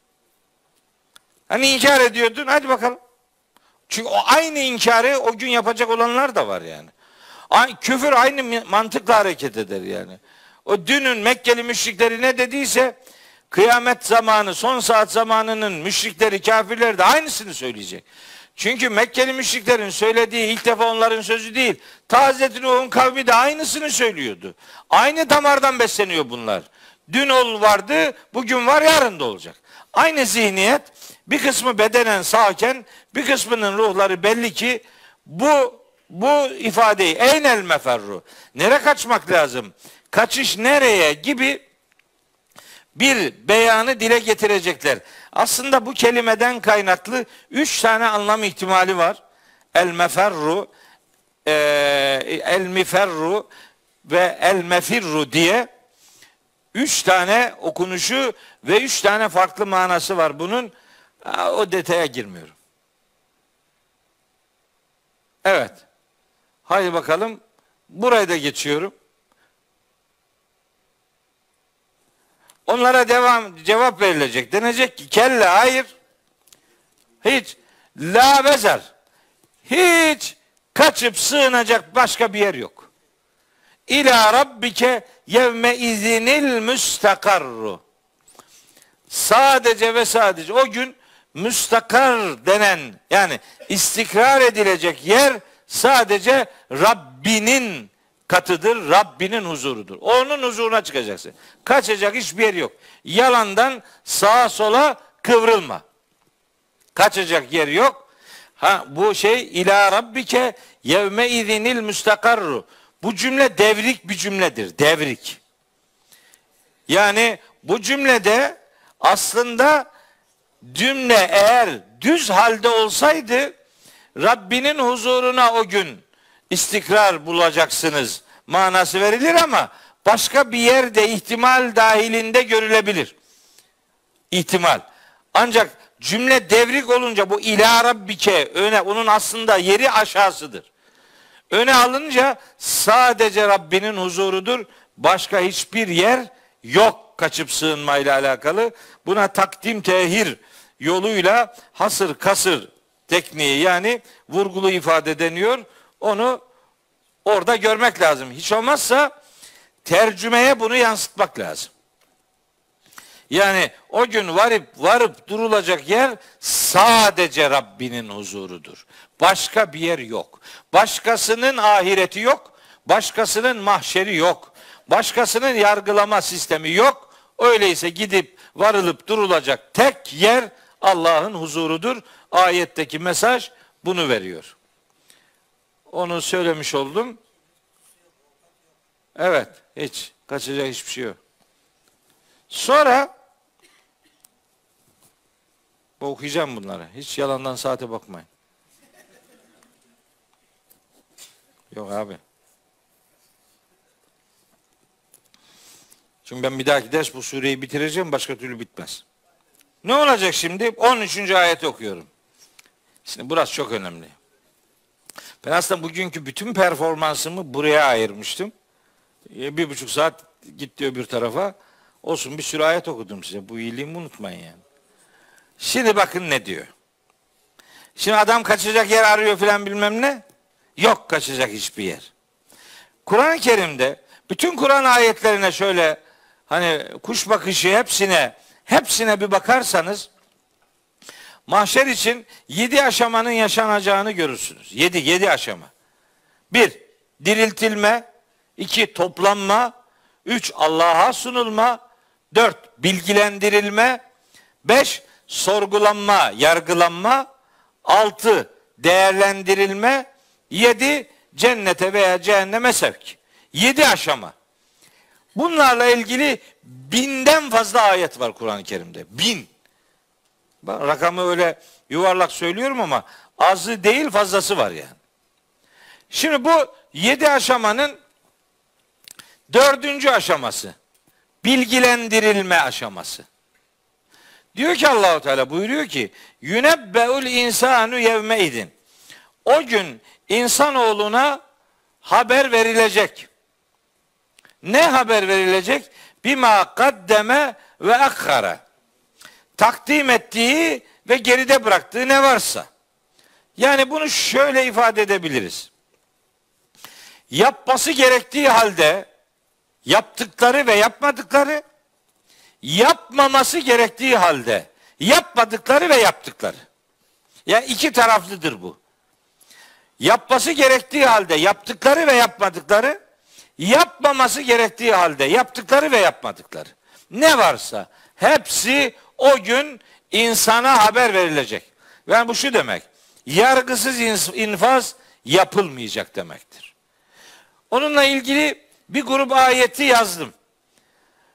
Hani inkar ediyordun, hadi bakalım. Çünkü o aynı inkarı o gün yapacak olanlar da var yani. Küfür aynı mantıkla hareket eder yani. O dünün Mekkeli müşrikleri ne dediyse kıyamet zamanı, son saat zamanının müşrikleri, kafirleri de aynısını söyleyecek. Çünkü Mekkeli müşriklerin söylediği ilk defa onların sözü değil. Hazreti Nuh'un kavmi de aynısını söylüyordu. Aynı damardan besleniyor bunlar. Dün vardı, bugün var, yarın da olacak. Aynı zihniyet, bir kısmı bedenen sağken, bir kısmının ruhları belli ki bu ifadeyi eynel meferru, nereye kaçmak lazım, kaçış nereye gibi bir beyanı dile getirecekler. Aslında bu kelimeden kaynaklı 3 tane anlam ihtimali var. El meferru, el miferru ve el mefirru diye 3 tane okunuşu ve 3 tane farklı manası var bunun. O detaya girmiyorum. Evet. Haydi bakalım. Burayı da geçiyorum. Onlara cevap verilecek. Denecek ki kelle, hayır. Hiç. La bezer. Hiç kaçıp sığınacak başka bir yer yok. İlâ rabbike yevme izinil müstakarru. Sadece ve sadece o gün müstakar denen, yani istikrar edilecek yer sadece Rabbinin katıdır, Rabbinin huzurudur. Onun huzuruna çıkacaksın. Kaçacak hiçbir yer yok. Yalandan sağa sola kıvrılma. Kaçacak yer yok. Bu ila rabbike yevme izinil müstakarru. Bu cümle devrik bir cümledir. Devrik. Yani bu cümlede aslında cümle eğer düz halde olsaydı Rabbinin huzuruna o gün istikrar bulacaksınız manası verilir ama başka bir yerde ihtimal dahilinde görülebilir. İhtimal. Ancak cümle devrik olunca bu ila rabbike onun aslında yeri aşağısıdır. Öne alınca sadece Rabbinin huzurudur. Başka hiçbir yer yok kaçıp sığınmayla alakalı. Buna takdim tehir yoluyla hasır kasır tekniği, yani vurgulu ifade deniyor. Onu orada görmek lazım. Hiç olmazsa tercümeye bunu yansıtmak lazım. Yani o gün varıp durulacak yer sadece Rabbinin huzurudur. Başka bir yer yok. Başkasının ahireti yok. Başkasının mahşeri yok. Başkasının yargılama sistemi yok. Öyleyse gidip varılıp durulacak tek yer Allah'ın huzurudur. Ayetteki mesaj bunu veriyor. Onu söylemiş oldum. Evet, hiç kaçacak hiçbir şey yok. Sonra okuyacağım bunları. Hiç yalandan saate bakmayın. Yok abi. Çünkü ben bir dahaki ders bu sureyi bitireceğim. Başka türlü bitmez. Ne olacak şimdi? 13. ayeti okuyorum. Şimdi burası çok önemli. Ben aslında bugünkü bütün performansımı buraya ayırmıştım. 1,5 saat gitti öbür tarafa. Olsun, bir sürü ayet okudum size. Bu iyiliğimi unutmayın yani. Şimdi bakın ne diyor. Şimdi adam kaçacak yer arıyor filan bilmem ne. Yok kaçacak hiçbir yer. Kur'an-ı Kerim'de bütün Kur'an ayetlerine şöyle hani kuş bakışı hepsine bir bakarsanız mahşer için 7 aşamanın yaşanacağını görürsünüz. 7 aşama. 1. Diriltilme. 2. Toplanma. 3. Allah'a sunulma. 4. Bilgilendirilme. 5. Sorgulanma, yargılanma. 6. Değerlendirilme. 7. Cennete veya cehenneme sevk. 7 aşama. Bunlarla ilgili 1000'den fazla ayet var Kur'an-ı Kerim'de. 1000. Bak, rakamı öyle yuvarlak söylüyorum ama azı değil fazlası var yani. Şimdi bu 7 aşamanın 4. aşaması. Bilgilendirilme aşaması. Diyor ki Allah-u Teala buyuruyor ki yünebbeul insanu yevmeidin. O gün insanoğluna haber verilecek. Ne haber verilecek? Bima kaddeme ve akhara. Takdim ettiği ve geride bıraktığı ne varsa. Yani bunu şöyle ifade edebiliriz. Yapması gerektiği halde yaptıkları ve yapmadıkları, yapmaması gerektiği halde yapmadıkları ve yaptıkları. Yani iki taraflıdır bu. Yapması gerektiği halde yaptıkları ve yapmadıkları, yapmaması gerektiği halde yaptıkları ve yapmadıkları. Ne varsa hepsi o gün insana haber verilecek. Yani bu şu demek. Yargısız infaz yapılmayacak demektir. Onunla ilgili bir grup ayeti yazdım.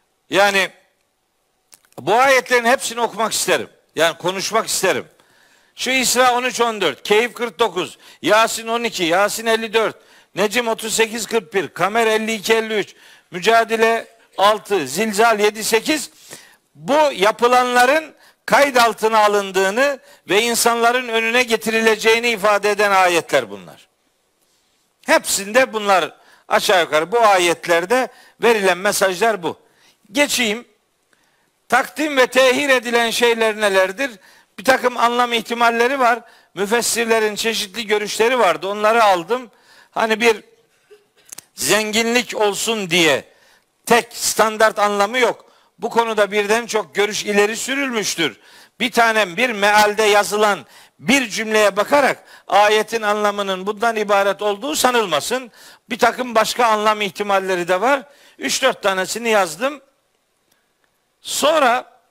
Yani bu ayetlerin hepsini okumak isterim. Yani konuşmak isterim. Şu İsra 13-14, Keyif 49, Yasin 12, Yasin 54, Necim 38-41, Kamer 52-53, Mücadele 6, Zilzal 7-8, bu yapılanların kayıt altına alındığını ve insanların önüne getirileceğini ifade eden ayetler bunlar. Hepsinde bunlar aşağı yukarı bu ayetlerde verilen mesajlar bu. Geçeyim. Takdim ve tehir edilen şeyler nelerdir? Bir takım anlam ihtimalleri var. Müfessirlerin çeşitli görüşleri vardı. Onları aldım. Hani bir zenginlik olsun diye tek standart anlamı yok. Bu konuda birden çok görüş ileri sürülmüştür. Bir mealde yazılan bir cümleye bakarak ayetin anlamının bundan ibaret olduğu sanılmasın. Bir takım başka anlam ihtimalleri de var. 3-4 tanesini yazdım. Sonra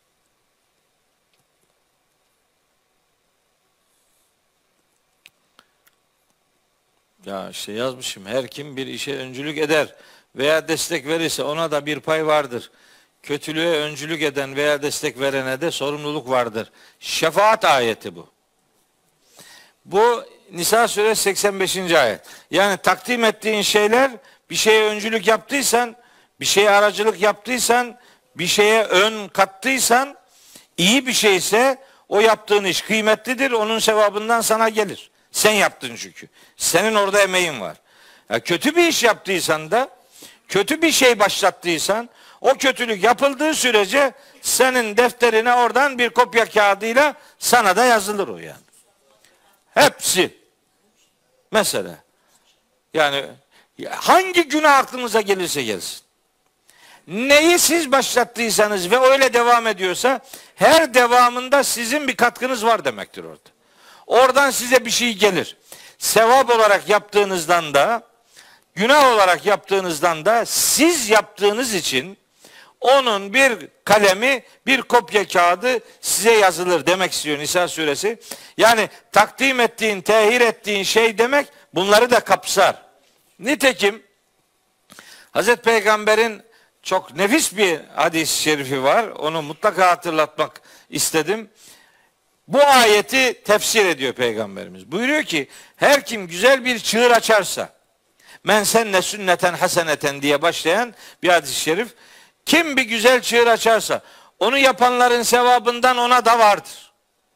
yazmışım. Her kim bir işe öncülük eder veya destek verirse ona da bir pay vardır. Kötülüğe öncülük eden veya destek verene de sorumluluk vardır. Şefaat ayeti bu. Bu Nisa suresi 85. ayet. Yani takdim ettiğin şeyler, bir şeye öncülük yaptıysan, bir şeye aracılık yaptıysan, bir şeye ön kattıysan, iyi bir şeyse o yaptığın iş kıymetlidir. Onun sevabından sana gelir. Sen yaptın çünkü. Senin orada emeğin var. Ya kötü bir iş yaptıysan da, kötü bir şey başlattıysan, o kötülük yapıldığı sürece senin defterine oradan bir kopya kağıdıyla sana da yazılır o yani. Hepsi. Mesela. Yani hangi günah aklınıza gelirse gelsin. Neyi siz başlattıysanız ve öyle devam ediyorsa her devamında sizin bir katkınız var demektir orada. Oradan size bir şey gelir. Sevap olarak yaptığınızdan da, günah olarak yaptığınızdan da siz yaptığınız için onun bir kalemi, bir kopya kağıdı size yazılır demek istiyor Nisa suresi. Yani takdim ettiğin, tehir ettiğin şey demek bunları da kapsar. Nitekim Hazreti Peygamber'in çok nefis bir hadis-i şerifi var. Onu mutlaka hatırlatmak istedim. Bu ayeti tefsir ediyor Peygamberimiz. Buyuruyor ki her kim güzel bir çığır açarsa, men senne sünneten haseneten diye başlayan bir hadis-i şerif. Kim bir güzel çığır açarsa onu yapanların sevabından ona da vardır.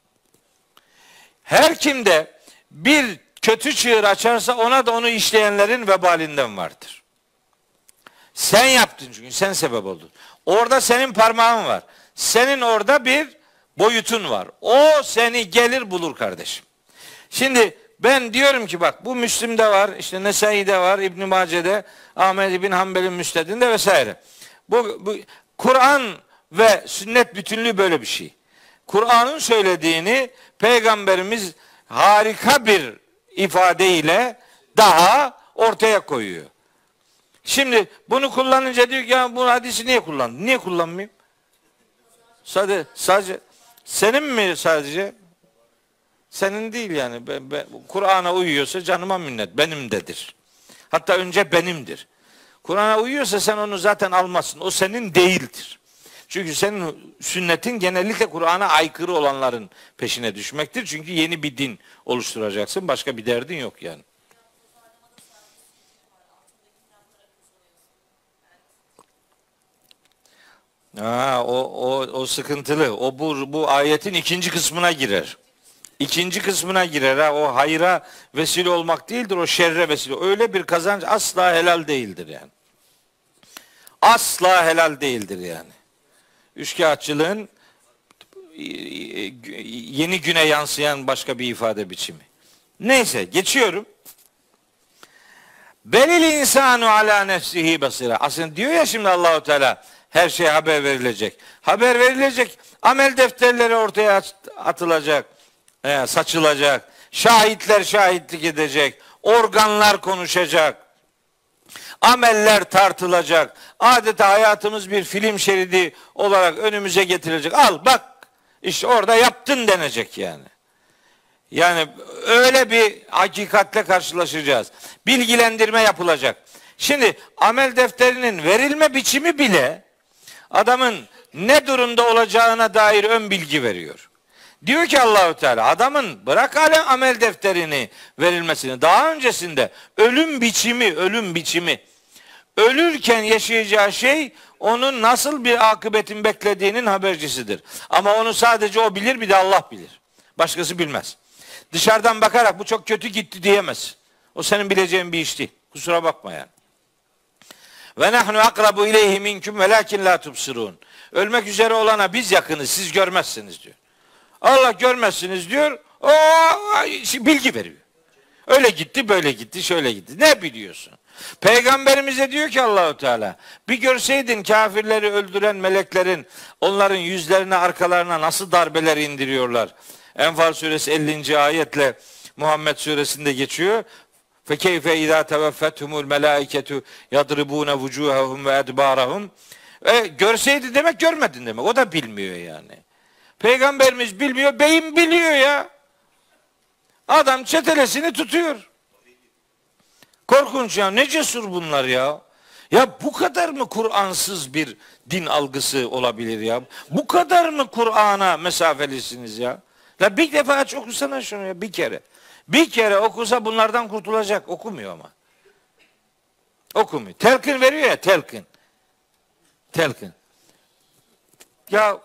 Her kim de bir kötü çığır açarsa ona da onu işleyenlerin vebalinden vardır. Sen yaptın çünkü sen sebep oldun. Orada senin parmağın var. Senin orada bir boyutun var. O seni gelir bulur kardeşim. Şimdi ben diyorum ki bak bu Müslim'de var, işte Nesai'de var, İbn-i Mace'de, Ahmed bin Hanbel'in Müsned'inde vesaire. Bu Kur'an ve sünnet bütünlüğü böyle bir şey. Kur'an'ın söylediğini Peygamberimiz harika bir ifadeyle daha ortaya koyuyor. Şimdi bunu kullanınca diyor ki ya bu hadisi niye kullandın? Niye kullanmayayım? Sadece senin mi sadece? Senin değil yani. Kur'an'a uyuyorsa canıma minnet. Benimdedir. Hatta önce benimdir. Kur'an'a uyuyorsa sen onu zaten almazsın. O senin değildir. Çünkü senin sünnetin genellikle Kur'an'a aykırı olanların peşine düşmektir. Çünkü yeni bir din oluşturacaksın. Başka bir derdin yok yani. O sıkıntılı. O bu ayetin ikinci kısmına girer. İkinci kısmına girer. O hayra vesile olmak değildir. O şerre vesile. Öyle bir kazanç asla helal değildir yani. Asla helal değildir yani. Üçkağıtçılığın yeni güne yansıyan başka bir ifade biçimi. Neyse geçiyorum. Belil insanu ala nefsihi basira. Aslında diyor ya şimdi Allahu Teala her şeye haber verilecek. Haber verilecek. Amel defterleri ortaya atılacak. Saçılacak. Şahitler şahitlik edecek. Organlar konuşacak. Ameller tartılacak. Adeta hayatımız bir film şeridi olarak önümüze getirilecek. Al bak işte orada yaptın denecek yani. Yani öyle bir hakikatle karşılaşacağız. Bilgilendirme yapılacak. Şimdi amel defterinin verilme biçimi bile adamın ne durumda olacağına dair ön bilgi veriyor. Diyor ki Allahu Teala adamın bırak amel defterini verilmesini, daha öncesinde ölüm biçimi ölürken yaşayacağı şey onun nasıl bir akıbetin beklediğinin habercisidir. Ama onu sadece o bilir, bir de Allah bilir. Başkası bilmez. Dışarıdan bakarak bu çok kötü gitti diyemez. O senin bileceğin bir iş değil. Kusura bakma yani. Ve nahnu akrabu ileyhi minkum velakin la tubsirun. Ölmek üzere olana biz yakınız, siz görmezsiniz diyor. Allah görmezsiniz diyor. O bilgi veriyor. Öyle gitti, böyle gitti, şöyle gitti. Ne biliyorsun? Peygamberimize diyor ki Allahu Teala, bir görseydin kafirleri öldüren meleklerin onların yüzlerine, arkalarına nasıl darbeler indiriyorlar. Enfal suresi 50. ayetle Muhammed suresinde geçiyor. Fekeyfe izâ teveffethumul melâiketu yadribûne vucûhehum ve edbârahum. Görseydi demek, görmedin demek. O da bilmiyor yani. Peygamberimiz bilmiyor, beyin biliyor ya. Adam çetelesini tutuyor. Korkunç ya. Ne cesur bunlar ya. Ya bu kadar mı Kur'ansız bir din algısı olabilir ya? Bu kadar mı Kur'an'a mesafelisiniz ya? La bir defa aç okusana şunu ya, bir kere. Bir kere okusa bunlardan kurtulacak. Okumuyor ama. Okumuyor. Telkin veriyor ya, telkin. Telkin. Ya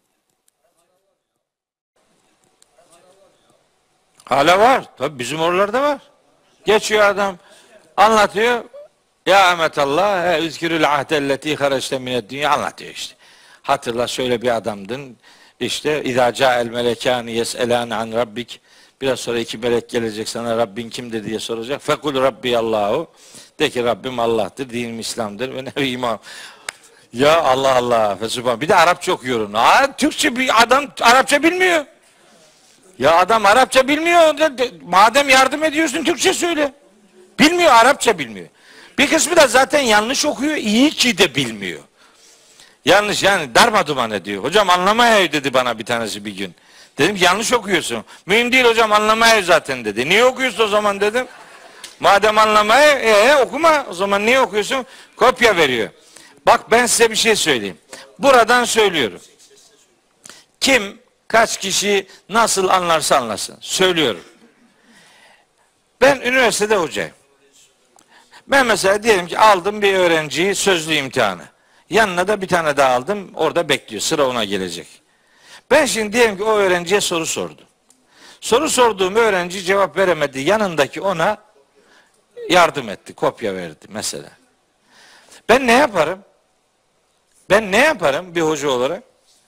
hala var. Tabii bizim oralarda var. Geçiyor adam. Anlatıyor. Ya emetallah üzkürül ahdelleti hareçte mined dünya anlatıyor işte. Hatırla şöyle bir adamdın. İşte izâ câel melekâni yes'elâne an rabbik. Biraz sonra iki melek gelecek sana Rabbin kimdir diye soracak. Fekul Rabbiyallahu. De ki Rabbim Allah'tır. Dinim İslam'dır. Ve nevi imam. Ya Allah Allah. Fesubhan. Bir de Arapça okuyor onu. Türkçe bir adam Arapça bilmiyor. Ya adam Arapça bilmiyor. Madem yardım ediyorsun Türkçe söyle. Bilmiyor, Arapça bilmiyor. Bir kısmı da zaten yanlış okuyor. İyi ki de bilmiyor. Yanlış yani darmaduman ediyor. Hocam anlamaya dedi bana bir tanesi bir gün. Dedim ki yanlış okuyorsun. Mühim değil hocam, anlamaya zaten dedi. Niye okuyorsun o zaman dedim. Madem anlamaya okuma o zaman niye okuyorsun? Kopya veriyor. Bak ben size bir şey söyleyeyim. Buradan söylüyorum. Kim kaç kişi nasıl anlarsa anlasın. Söylüyorum. Ben üniversitede hocayım. Ben mesela diyelim ki aldım bir öğrenciyi sözlü imtihanı. Yanına da bir tane daha aldım. Orada bekliyor. Sıra ona gelecek. Ben şimdi diyelim ki o öğrenciye soru sordum. Soru sorduğum öğrenci cevap veremedi. Yanındaki ona yardım etti. Kopya verdi mesela. Ben ne yaparım? Ben ne yaparım bir hoca olarak?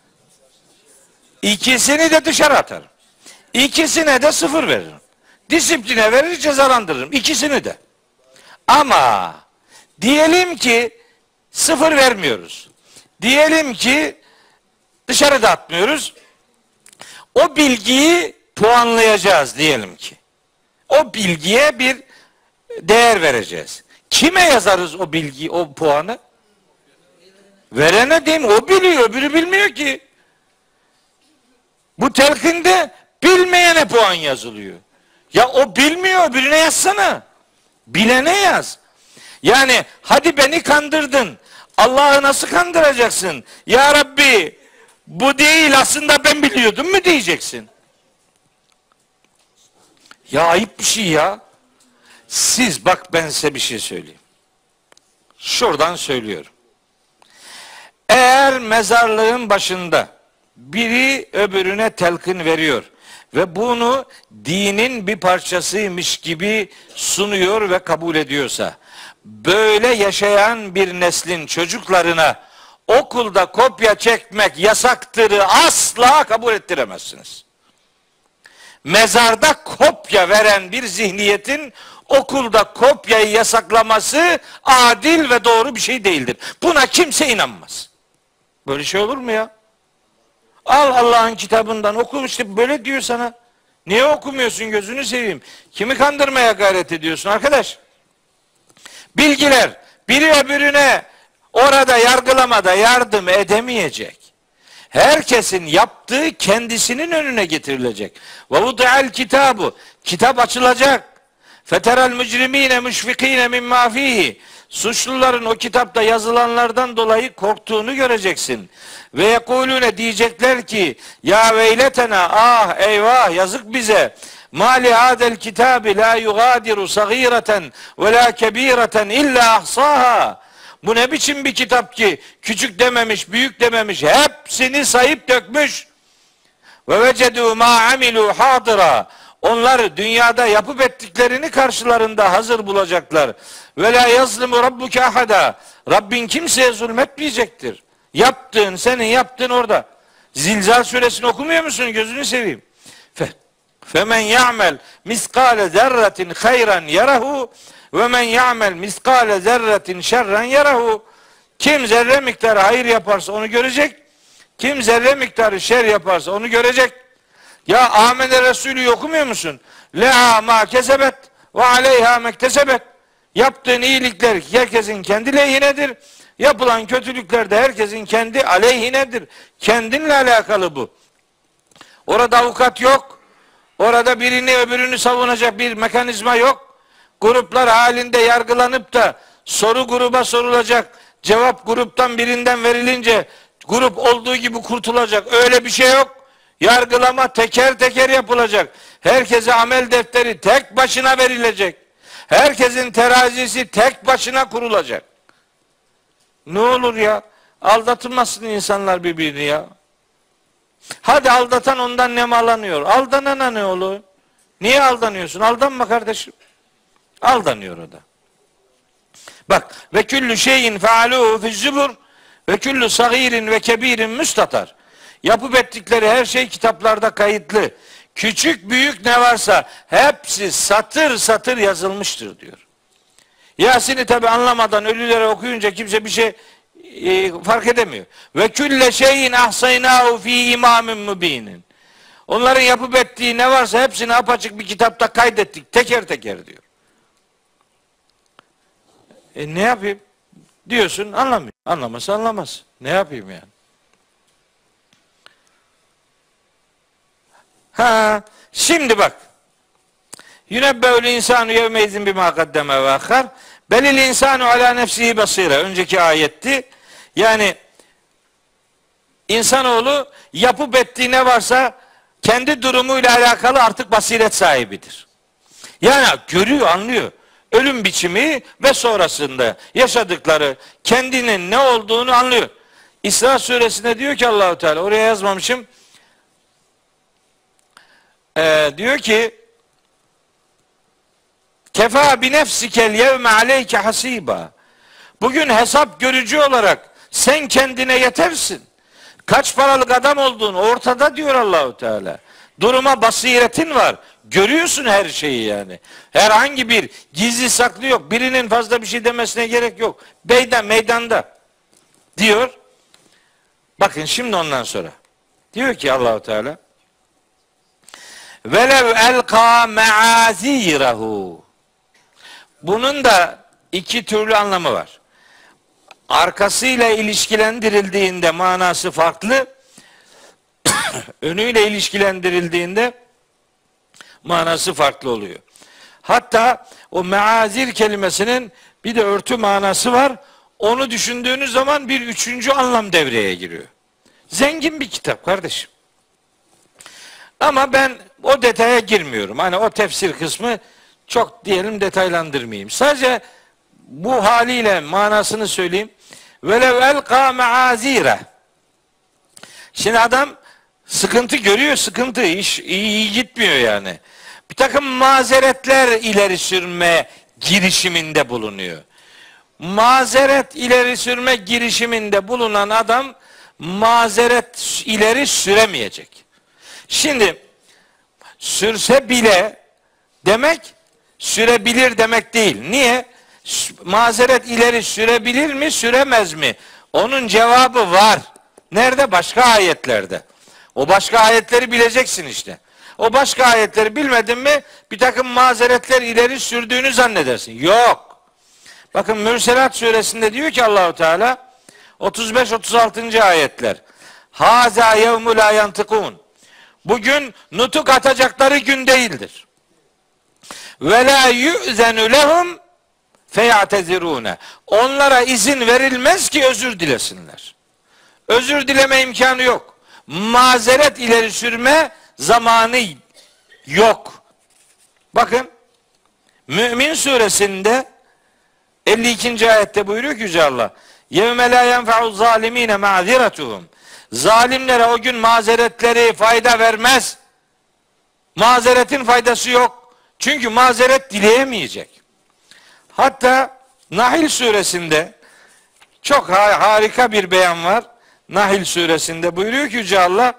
İkisini de dışarı atarım. İkisine de 0 veririm. Disipline verir, cezalandırırım. İkisini de. Ama diyelim ki 0 vermiyoruz. Diyelim ki dışarıda atmıyoruz. O bilgiyi puanlayacağız diyelim ki. O bilgiye bir değer vereceğiz. Kime yazarız o bilgiyi, o puanı? Verene değil mi? O biliyor, öbürü bilmiyor ki. Bu telkinde bilmeyene puan yazılıyor. Ya o bilmiyor, öbürüne yazsana. Bilene yaz. Yani hadi beni kandırdın. Allah'ı nasıl kandıracaksın? Ya Rabbi bu değil aslında ben biliyordum mu diyeceksin. Ya ayıp bir şey ya. Siz bak ben size bir şey söyleyeyim. Şuradan söylüyorum. Eğer mezarlığın başında biri öbürüne telkin veriyor ve bunu dinin bir parçasıymış gibi sunuyor ve kabul ediyorsa, böyle yaşayan bir neslin çocuklarına okulda kopya çekmek yasaktır asla kabul ettiremezsiniz. Mezarda kopya veren bir zihniyetin okulda kopyayı yasaklaması adil ve doğru bir şey değildir. Buna kimse inanmaz. Böyle şey olur mu ya? Al Allah'ın kitabından oku, işte böyle diyor sana. Niye okumuyorsun gözünü seveyim? Kimi kandırmaya gayret ediyorsun arkadaş? Bilgiler biri öbürüne orada yargılamada yardım edemeyecek. Herkesin yaptığı kendisinin önüne getirilecek. Ve vudi'al kitabu. Kitap açılacak. Feterel mücrimine müşfikine mimma fihi. Suçluların o kitapta yazılanlardan dolayı korktuğunu göreceksin. Ve yekulune diyecekler ki ya veyletena ah eyvah yazık bize. Mali hadel kitabi la yugadiru sagireten ve la kebireten illa ahsaha. Bu ne biçim bir kitap ki küçük dememiş, büyük dememiş, hepsini sayıp dökmüş. Ve vecedu ma amilu hadira. Onlar dünyada yapıp ettiklerini karşılarında hazır bulacaklar. Ve la yazlimu rabbuke ahada. Rabbin kimseye zulmetmeyecektir. Yaptığın, senin yaptığın orada. Zilzal suresini okumuyor musun? Gözünü seveyim. Femen ya'mel miskale zerretin hayran yarahu ve men ya'mel miskale zerretin şerren yarahu. Kim zerre miktarı hayır yaparsa onu görecek. Kim zerre miktarı şer yaparsa onu görecek. Ya Amene Resulü okumuyor musun? Leha ma kesebet ve aleyha mektesebet. Yaptığın iyilikler herkesin kendi lehinedir. Yapılan kötülükler de herkesin kendi aleyhinedir. Kendinle alakalı bu. Orada avukat yok. Orada birini öbürünü savunacak bir mekanizma yok. Gruplar halinde yargılanıp da soru gruba sorulacak. Cevap gruptan birinden verilince grup olduğu gibi kurtulacak. Öyle bir şey yok. Yargılama teker teker yapılacak. Herkese amel defteri tek başına verilecek. Herkesin terazisi tek başına kurulacak. Ne olur ya? Aldatılmasın insanlar birbirini ya. Hadi aldatan ondan nemalanıyor. Aldanana ne olur? Niye aldanıyorsun? Aldanma kardeşim. Aldanıyor o da. Bak ve küllü şeyin fealuhu fi zubur ve küllü sagirin ve kebirin müstatar. Yapıp ettikleri her şey kitaplarda kayıtlı. Küçük büyük ne varsa hepsi satır satır yazılmıştır diyor. Yasin'i tabi anlamadan ölülere okuyunca kimse bir şey fark edemiyor. Ve külle şeyin ahsaynahu fi imamin mübinin. Onların yapıp ettiği ne varsa hepsini apaçık bir kitapta kaydettik. Teker teker diyor. Ne yapayım? Diyorsun anlamıyor. Anlamasa anlamaz. Ne yapayım yani? Şimdi bak. Yunebbe'ül insanu yevmeizin bima kaddeme ve akhar. Belil insanu ala nefsihi basire. Önceki ayetti. Yani insanoğlu yapıp ettiği ne varsa kendi durumuyla alakalı artık basiret sahibidir. Yani görüyor, anlıyor. Ölüm biçimi ve sonrasında yaşadıkları kendinin ne olduğunu anlıyor. İsra suresinde diyor ki Allahu Teala, oraya yazmamışım. Diyor ki kefa bi nefsikel yevme aleyke hasiba. Bugün hesap görücü olarak sen kendine yetersin. Kaç paralık adam olduğun ortada diyor Allahu Teala. Duruma basiretin var. Görüyorsun her şeyi yani. Herhangi bir gizli saklı yok. Birinin fazla bir şey demesine gerek yok. Meydanda diyor. Bakın şimdi ondan sonra. Diyor ki Allahu Teala velev elqa meazirahu. Bunun da iki türlü anlamı var. Arkasıyla ilişkilendirildiğinde manası farklı. Önüyle ilişkilendirildiğinde manası farklı oluyor. Hatta o meazir kelimesinin bir de örtü manası var. Onu düşündüğünüz zaman bir üçüncü anlam devreye giriyor. Zengin bir kitap kardeşim. Ama ben o detaya girmiyorum. Hani o tefsir kısmı çok diyelim detaylandırmayayım. Sadece bu haliyle manasını söyleyeyim. Velev elqa meazire. Şimdi adam sıkıntı görüyor, sıkıntı, iş iyi gitmiyor yani. Bir takım mazeretler ileri sürme girişiminde bulunuyor. Mazeret ileri sürme girişiminde bulunan adam mazeret ileri süremeyecek. Şimdi sürse bile demek sürebilir demek değil. Niye? Mazeret ileri sürebilir mi, süremez mi? Onun cevabı var. Nerede? Başka ayetlerde. O başka ayetleri bileceksin işte. O başka ayetleri bilmedin mi bir takım mazeretler ileri sürdüğünü zannedersin. Yok. Bakın Mürselat suresinde diyor ki Allahu Teala 35-36. ayetler. Haza yevmu la yantıkun. Bugün nutuk atacakları gün değildir. ve la yu'zenu lehum feyatezirune. Onlara izin verilmez ki özür dilesinler. Özür dileme imkanı yok. Mazeret ileri sürme zamanı yok. Bakın Mü'min suresinde 52. ayette buyuruyor ki Yüce Allah, yevme la yenfe'u zalimine ma'ziretuhum. Zalimlere o gün mazeretleri fayda vermez. Mazeretin faydası yok. Çünkü mazeret dileyemeyecek. Hatta Nahil suresinde çok harika bir beyan var. Nahil suresinde buyuruyor ki Yüce Allah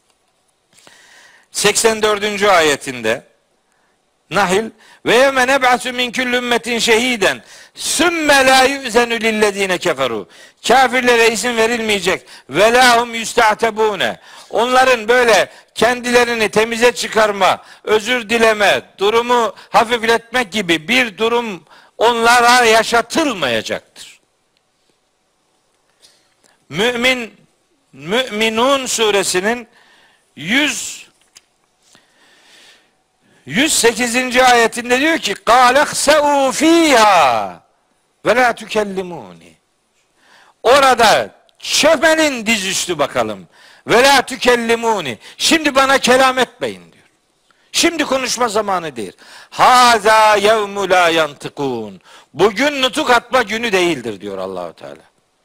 84. ayetinde Nahil ve yevme neb'asu min kulli ümmetin şehiden sümme la yu'zenu lillezine keferu. Kafirlere izin verilmeyecek. Ve lahum yusta'tebune. Onların böyle kendilerini temize çıkarma, özür dileme, durumu hafifletmek gibi bir durum onlara yaşatılmayacaktır. Mü'minun suresinin 108. ayetinde diyor ki قَالَخْسَعُوا ف۪يهَا وَلَا تُكَلِّمُونِ. Orada çömenin dizüstü bakalım. وَلَا تُكَلِّمُونِ. Şimdi bana kelam etmeyin diyor. Şimdi konuşma zamanı değil. هَذَا يَوْمُ لَا يَنْتِقُونَ. Bugün nutuk atma günü değildir diyor Allah-u Teala.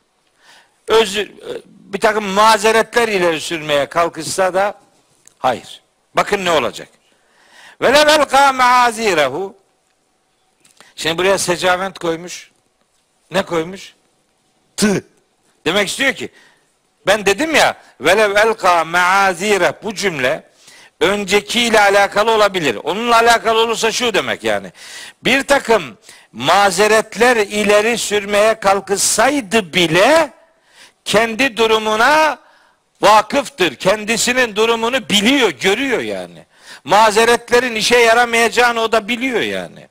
Bir takım mazeretler ileri sürmeye kalkışsa da hayır. Bakın ne olacak. Ve levelqa maazirehu. Şimdi buraya secavent koymuş. Ne koymuş? Tı. Demek istiyor ki ben dedim ya ve levelqa maazire, bu cümle öncekiyle alakalı olabilir. Onunla alakalı olursa şu demek yani. Bir takım mazeretler ileri sürmeye kalkışsaydı bile kendi durumuna vakıftır. Kendisinin durumunu biliyor, görüyor yani. Mazeretlerin işe yaramayacağını o da biliyor yani.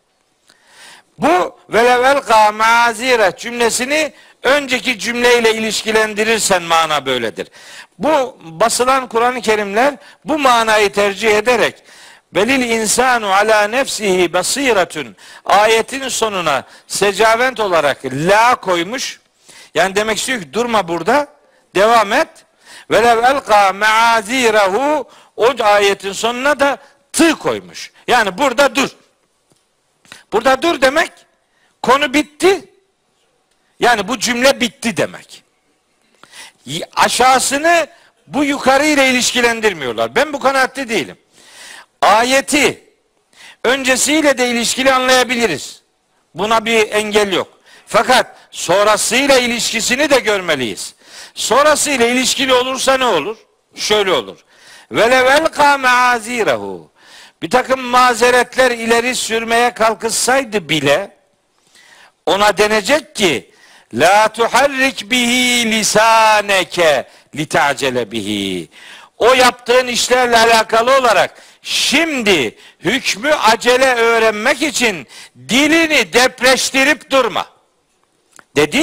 Bu velevelka mazire cümlesini önceki cümleyle ilişkilendirirsen mana böyledir. Bu basılan Kur'an-ı Kerimler bu manayı tercih ederek belil insanu ala nefsihi basiretun ayetin sonuna secavent olarak la koymuş. Yani demek istiyor ki durma burada, devam et. Velevelka maazirehu, o ayetin sonuna da tı koymuş. Yani burada dur. Burada dur demek konu bitti. Yani bu cümle bitti demek. Aşağısını bu yukarı ile ilişkilendirmiyorlar. Ben bu kanaatte değilim. Ayeti öncesiyle de ilişkili anlayabiliriz. Buna bir engel yok. Fakat sonrasıyla ilişkisini de görmeliyiz. Sonrasıyla ilişkili olursa ne olur? Şöyle olur. Velevelka maazirehu. Bir takım mazeretler ileri sürmeye kalkışsaydı bile ona denecek ki la tuharrik bihi lisaneke litacele bihi. O yaptığın işlerle alakalı olarak şimdi hükmü acele öğrenmek için dilini depreştirip durma. Dedi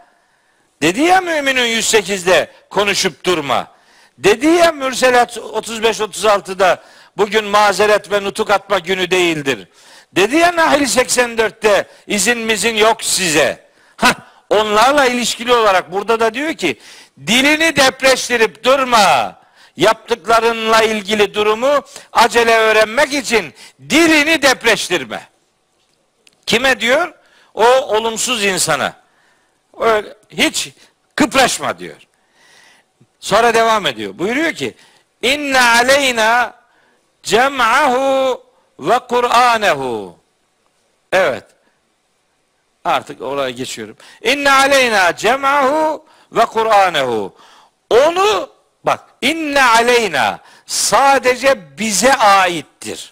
ya Müminun 108'de konuşup durma. Dedi ya Mürselat 35-36'da bugün mazeret ve nutuk atma günü değildir. Dedi ya Nahil 84'te izin mizin yok size. Onlarla ilişkili olarak burada da diyor ki dilini depreştirip durma. Yaptıklarınla ilgili durumu acele öğrenmek için dilini depreştirme. Kime diyor? O olumsuz insana. Öyle, hiç kıpraşma diyor. Sonra devam ediyor. Buyuruyor ki inne aleyna cem'ahu ve Kur'anehu. Evet. Artık oraya geçiyorum. İnne aleyna cem'ahu ve Kur'anehu. Onu bak, inne aleyna sadece bize aittir.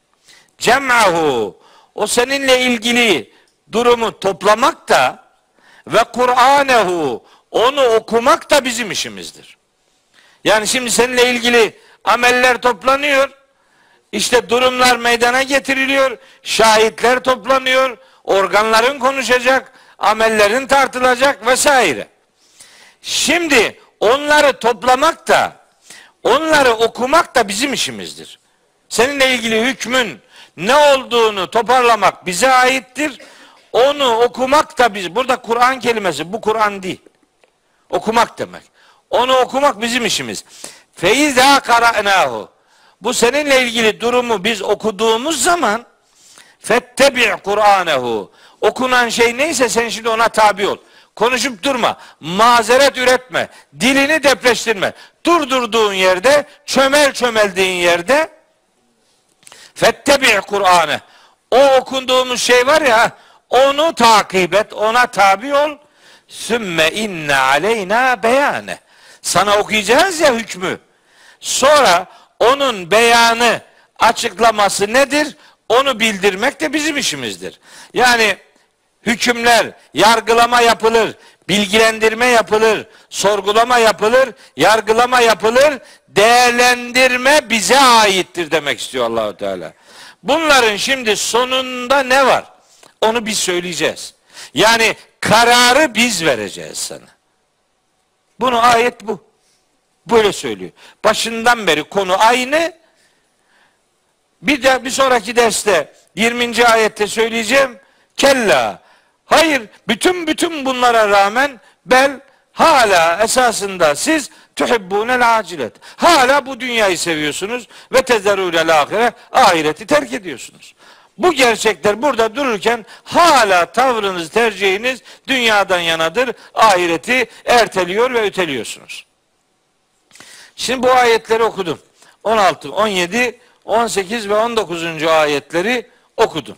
Cem'ahu, o seninle ilgili durumu toplamak da ve Kur'anehu, onu okumak da bizim işimizdir. Yani şimdi seninle ilgili ameller toplanıyor. İşte durumlar meydana getiriliyor. Şahitler toplanıyor. Organların konuşacak. Amellerin tartılacak vesaire. Şimdi onları toplamak da onları okumak da bizim işimizdir. Seninle ilgili hükmün Ne olduğunu toparlamak bize aittir. Onu okumak da biz. Burada Kur'an kelimesi, bu Kur'an değil. Okumak demek. Onu okumak bizim işimiz. Feiza qara'nahu. Bu seninle ilgili durumu biz okuduğumuz zaman fettebi' Kur'anehu. Okunan şey neyse sen şimdi ona tabi ol. Konuşup durma. Mazeret üretme. Dilini depreştirme. Durdurduğun yerde, çömeldiğin yerde fettebi' Kur'ane. O okunduğumuz şey var ya, onu takip et, ona tabi ol. Sümme inne aleyna beyane. Sana okuyacağız ya hükmü. Sonra onun beyanı, açıklaması nedir? Onu bildirmek de bizim işimizdir. Yani hükümler, yargılama yapılır, bilgilendirme yapılır, sorgulama yapılır, yargılama yapılır, değerlendirme bize aittir demek istiyor Allahu Teala. Bunların şimdi sonunda ne var? Onu biz söyleyeceğiz. Yani kararı biz vereceğiz sana. Bunu ayet bu. Böyle söylüyor. Başından beri konu aynı. Bir sonraki derste 20. ayette söyleyeceğim. Kella. Hayır, bütün bunlara rağmen hala esasında siz tuhibbunel acilet. Hala bu dünyayı seviyorsunuz ve tezerûlel ahire, ahireti terk ediyorsunuz. Bu gerçekler burada dururken hala tavrınız, tercihiniz dünyadan yanadır. Ahireti erteliyor ve öteliyorsunuz. Şimdi bu ayetleri okudum. 16, 17, 18 ve 19. ayetleri okudum.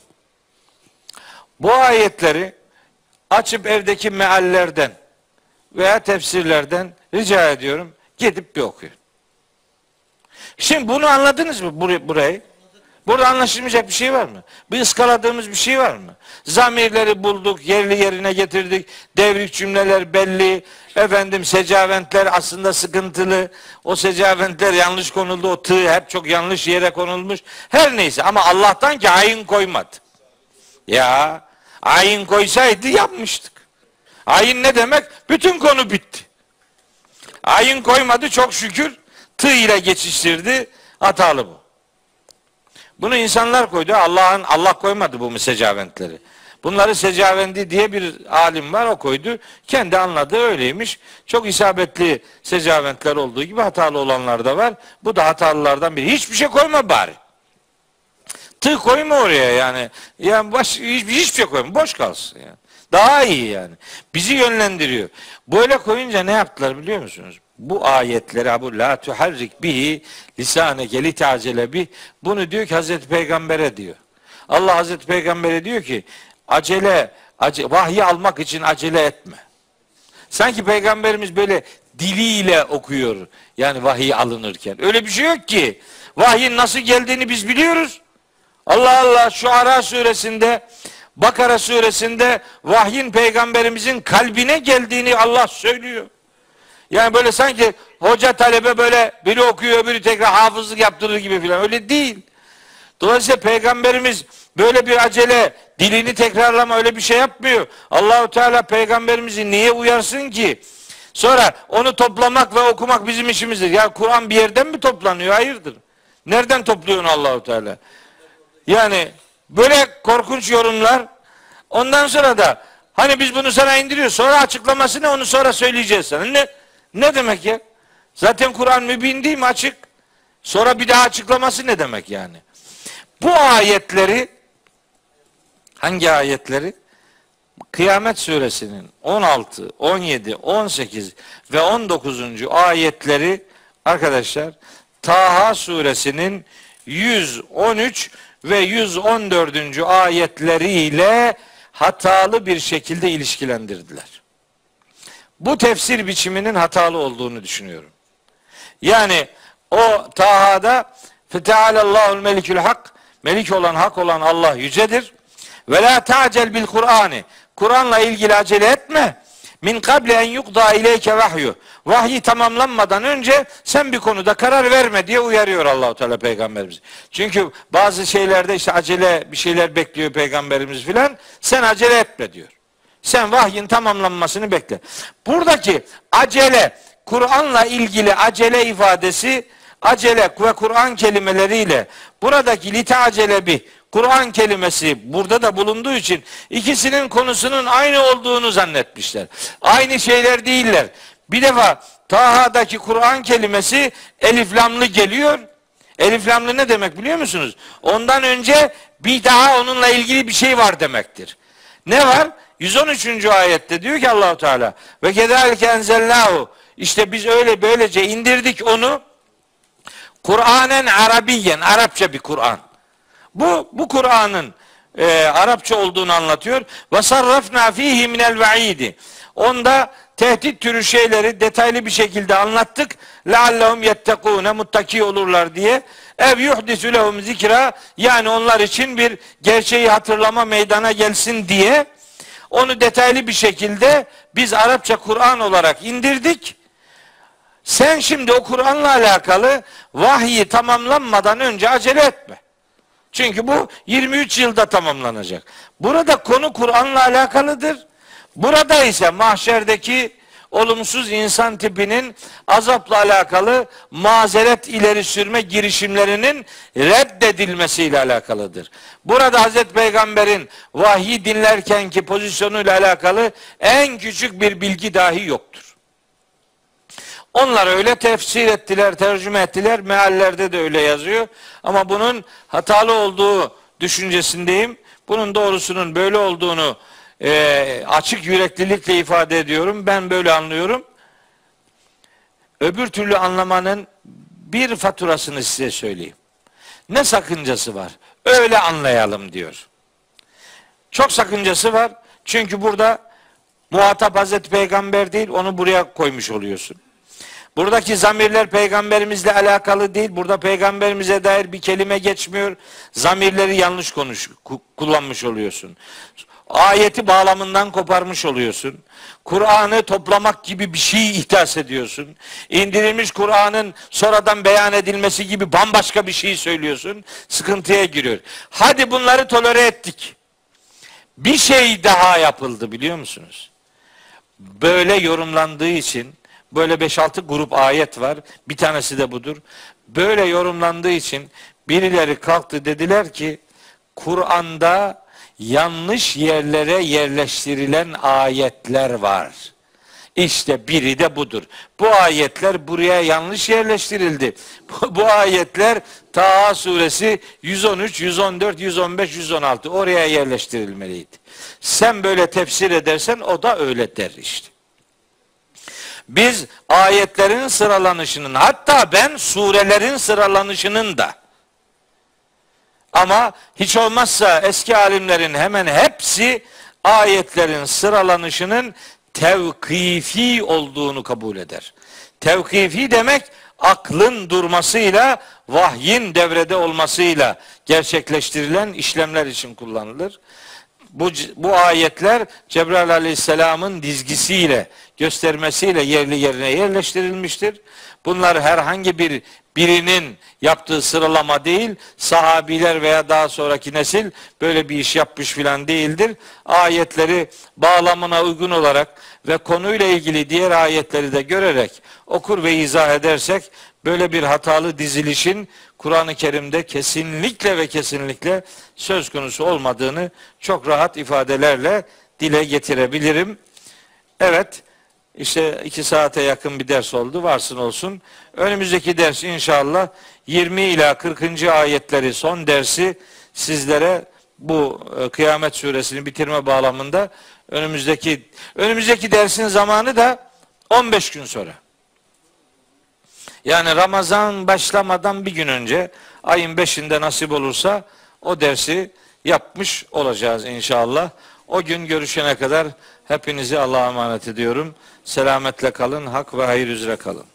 Bu ayetleri açıp evdeki meallerden veya tefsirlerden rica ediyorum gidip bir okuyun. Şimdi bunu anladınız mı burayı? Burada anlaşılmayacak bir şey var mı? Bir ıskaladığımız bir şey var mı? Zamirleri bulduk, yerli yerine getirdik. Devrik cümleler belli. Secaventler aslında sıkıntılı. O secaventler yanlış konuldu. O tığ hep çok yanlış yere konulmuş. Her neyse ama Allah'tan ki ayin koymadı. Ya ayin koysaydı yapmıştık. Ayin ne demek? Bütün konu bitti. Ayin koymadı çok şükür. Tığ ile geçiştirdi. Hatalı bu. Bunu insanlar koydu. Allah koymadı bu secaventleri. Bunları secavendi diye bir alim var, o koydu. Kendi anladığı öyleymiş. Çok isabetli secaventler olduğu gibi hatalı olanlar da var. Bu da hatalılardan biri. Hiçbir şey koyma bari. Tığ koyma oraya yani. Yani hiçbir şey koyma. Boş kalsın yani. Daha iyi yani. Bizi yönlendiriyor. Böyle koyunca ne yaptılar biliyor musunuz? Bu ayetleri bu la tuharrik bihi lisaneke li ta'cele bih, bunu diyor ki Hazreti Peygamber'e diyor. Allah Hazreti Peygamber'e diyor ki vahyi almak için acele etme. Sanki Peygamberimiz böyle diliyle okuyor yani vahiy alınırken. Öyle bir şey yok ki. Vahyin nasıl geldiğini biz biliyoruz. Allah Allah, Şuara suresinde, Bakara suresinde vahyin Peygamberimizin kalbine geldiğini Allah söylüyor. Yani böyle sanki hoca talebe böyle biri okuyor öbürü tekrar hafızlık yaptırır gibi filan, öyle değil. Dolayısıyla Peygamberimiz böyle bir acele dilini tekrarlama öyle bir şey yapmıyor. Allahu Teala Peygamberimizi niye uyarsın ki? Sonra onu toplamak ve okumak bizim işimizdir. Ya Kur'an bir yerden mi toplanıyor? Hayırdır? Nereden topluyor Allahu Teala? Yani böyle korkunç yorumlar. Ondan sonra da hani biz bunu sana indiriyoruz. Sonra açıklamasını onu sonra söyleyeceğiz sana. Ne demek ya? Zaten Kur'an mübin değil mi, açık? Sonra bir daha açıklaması ne demek yani? Bu ayetleri, hangi ayetleri? Kıyamet suresinin 16, 17, 18 ve 19. ayetleri arkadaşlar Taha suresinin 113 ve 114. ayetleriyle hatalı bir şekilde ilişkilendirdiler. Bu tefsir biçiminin hatalı olduğunu düşünüyorum. Yani o Taha'da Fetealallahul melikül hak, melik olan, hak olan Allah yücedir. Ve la ta'cel bil Kur'ani, Kur'an'la ilgili acele etme. Min kable en yukda ileyke vahyu, vahyi tamamlanmadan önce sen bir konuda karar verme diye uyarıyor Allah-u Teala Peygamberimiz. Çünkü bazı şeylerde işte acele bir şeyler bekliyor Peygamberimiz filan, sen acele etme diyor. Sen vahyin tamamlanmasını bekle. Buradaki acele, Kur'an'la ilgili acele ifadesi, acele ve Kur'an kelimeleriyle buradaki litacele bi, Kur'an kelimesi burada da bulunduğu için ikisinin konusunun aynı olduğunu zannetmişler. Aynı şeyler değiller. Bir defa Taha'daki Kur'an kelimesi elif lamlı geliyor. Elif lamlı ne demek biliyor musunuz? Ondan önce bir daha onunla ilgili bir şey var demektir. Ne var? 113. ayette diyor ki Allahu Teala ve kezalike enzelnahu, işte biz öyle böylece indirdik onu Kur'anen Arabiyyen, Arapça bir Kur'an. Bu Kur'an'ın Arapça olduğunu anlatıyor. Ve sarrafna fihi minel vaidi. Onda tehdit türü şeyleri detaylı bir şekilde anlattık. Leallehum yettekûne, muttaki olurlar diye. Ev yuhdisu lehum zikra, yani onlar için bir gerçeği hatırlama meydana gelsin diye onu detaylı bir şekilde biz Arapça Kur'an olarak indirdik. Sen şimdi o Kur'an'la alakalı vahyi tamamlanmadan önce acele etme. Çünkü bu 23 yılda tamamlanacak. Burada konu Kur'an'la alakalıdır. Burada ise mahşerdeki olumsuz insan tipinin azapla alakalı mazeret ileri sürme girişimlerinin reddedilmesiyle alakalıdır. Burada Hazreti Peygamber'in vahyi dinlerkenki pozisyonuyla alakalı en küçük bir bilgi dahi yoktur. Onlar öyle tefsir ettiler, tercüme ettiler. Meallerde de öyle yazıyor. Ama bunun hatalı olduğu düşüncesindeyim. Bunun doğrusunun böyle olduğunu açık yüreklilikle ifade ediyorum. Ben böyle anlıyorum. Öbür türlü anlamanın bir faturasını size söyleyeyim. Ne sakıncası var? Öyle anlayalım diyor. Çok sakıncası var. Çünkü burada muhatap Hazreti Peygamber değil, onu buraya koymuş oluyorsun. Buradaki zamirler peygamberimizle alakalı değil. Burada peygamberimize dair bir kelime geçmiyor. Zamirleri yanlış kullanmış oluyorsun. Ayeti bağlamından koparmış oluyorsun. Kur'an'ı toplamak gibi bir şey ihdas ediyorsun. İndirilmiş Kur'an'ın sonradan beyan edilmesi gibi bambaşka bir şey söylüyorsun. Sıkıntıya giriyor. Hadi bunları tolere ettik. Bir şey daha yapıldı biliyor musunuz? Böyle yorumlandığı için böyle 5-6 grup ayet var. Bir tanesi de budur. Böyle yorumlandığı için birileri kalktı, dediler ki Kur'an'da yanlış yerlere yerleştirilen ayetler var. İşte biri de budur. Bu ayetler buraya yanlış yerleştirildi. Bu ayetler Taha suresi 113, 114, 115, 116 oraya yerleştirilmeliydi. Sen böyle tefsir edersen o da öyle der işte. Biz ayetlerin sıralanışının, hatta ben surelerin sıralanışının da, ama hiç olmazsa eski alimlerin hemen hepsi ayetlerin sıralanışının tevkifi olduğunu kabul eder. Tevkifi demek aklın durmasıyla, vahyin devrede olmasıyla gerçekleştirilen işlemler için kullanılır. Bu ayetler Cebrail Aleyhisselam'ın dizgisiyle, göstermesiyle yerli yerine yerleştirilmiştir. Bunlar herhangi birinin yaptığı sıralama değil, sahabiler veya daha sonraki nesil böyle bir iş yapmış filan değildir. Ayetleri bağlamına uygun olarak ve konuyla ilgili diğer ayetleri de görerek okur ve izah edersek böyle bir hatalı dizilişin Kur'an-ı Kerim'de kesinlikle ve kesinlikle söz konusu olmadığını çok rahat ifadelerle dile getirebilirim. Evet, işte 2 saate yakın bir ders oldu. Varsın olsun. Önümüzdeki ders inşallah 20 ila 40. ayetleri, son dersi sizlere bu Kıyamet suresini bitirme bağlamında önümüzdeki dersin zamanı da 15 gün sonra. Yani Ramazan başlamadan bir gün önce, ayın 5'inde nasip olursa o dersi yapmış olacağız inşallah. O gün görüşene kadar hepinizi Allah'a emanet ediyorum. Selametle kalın, hak ve hayır üzere kalın.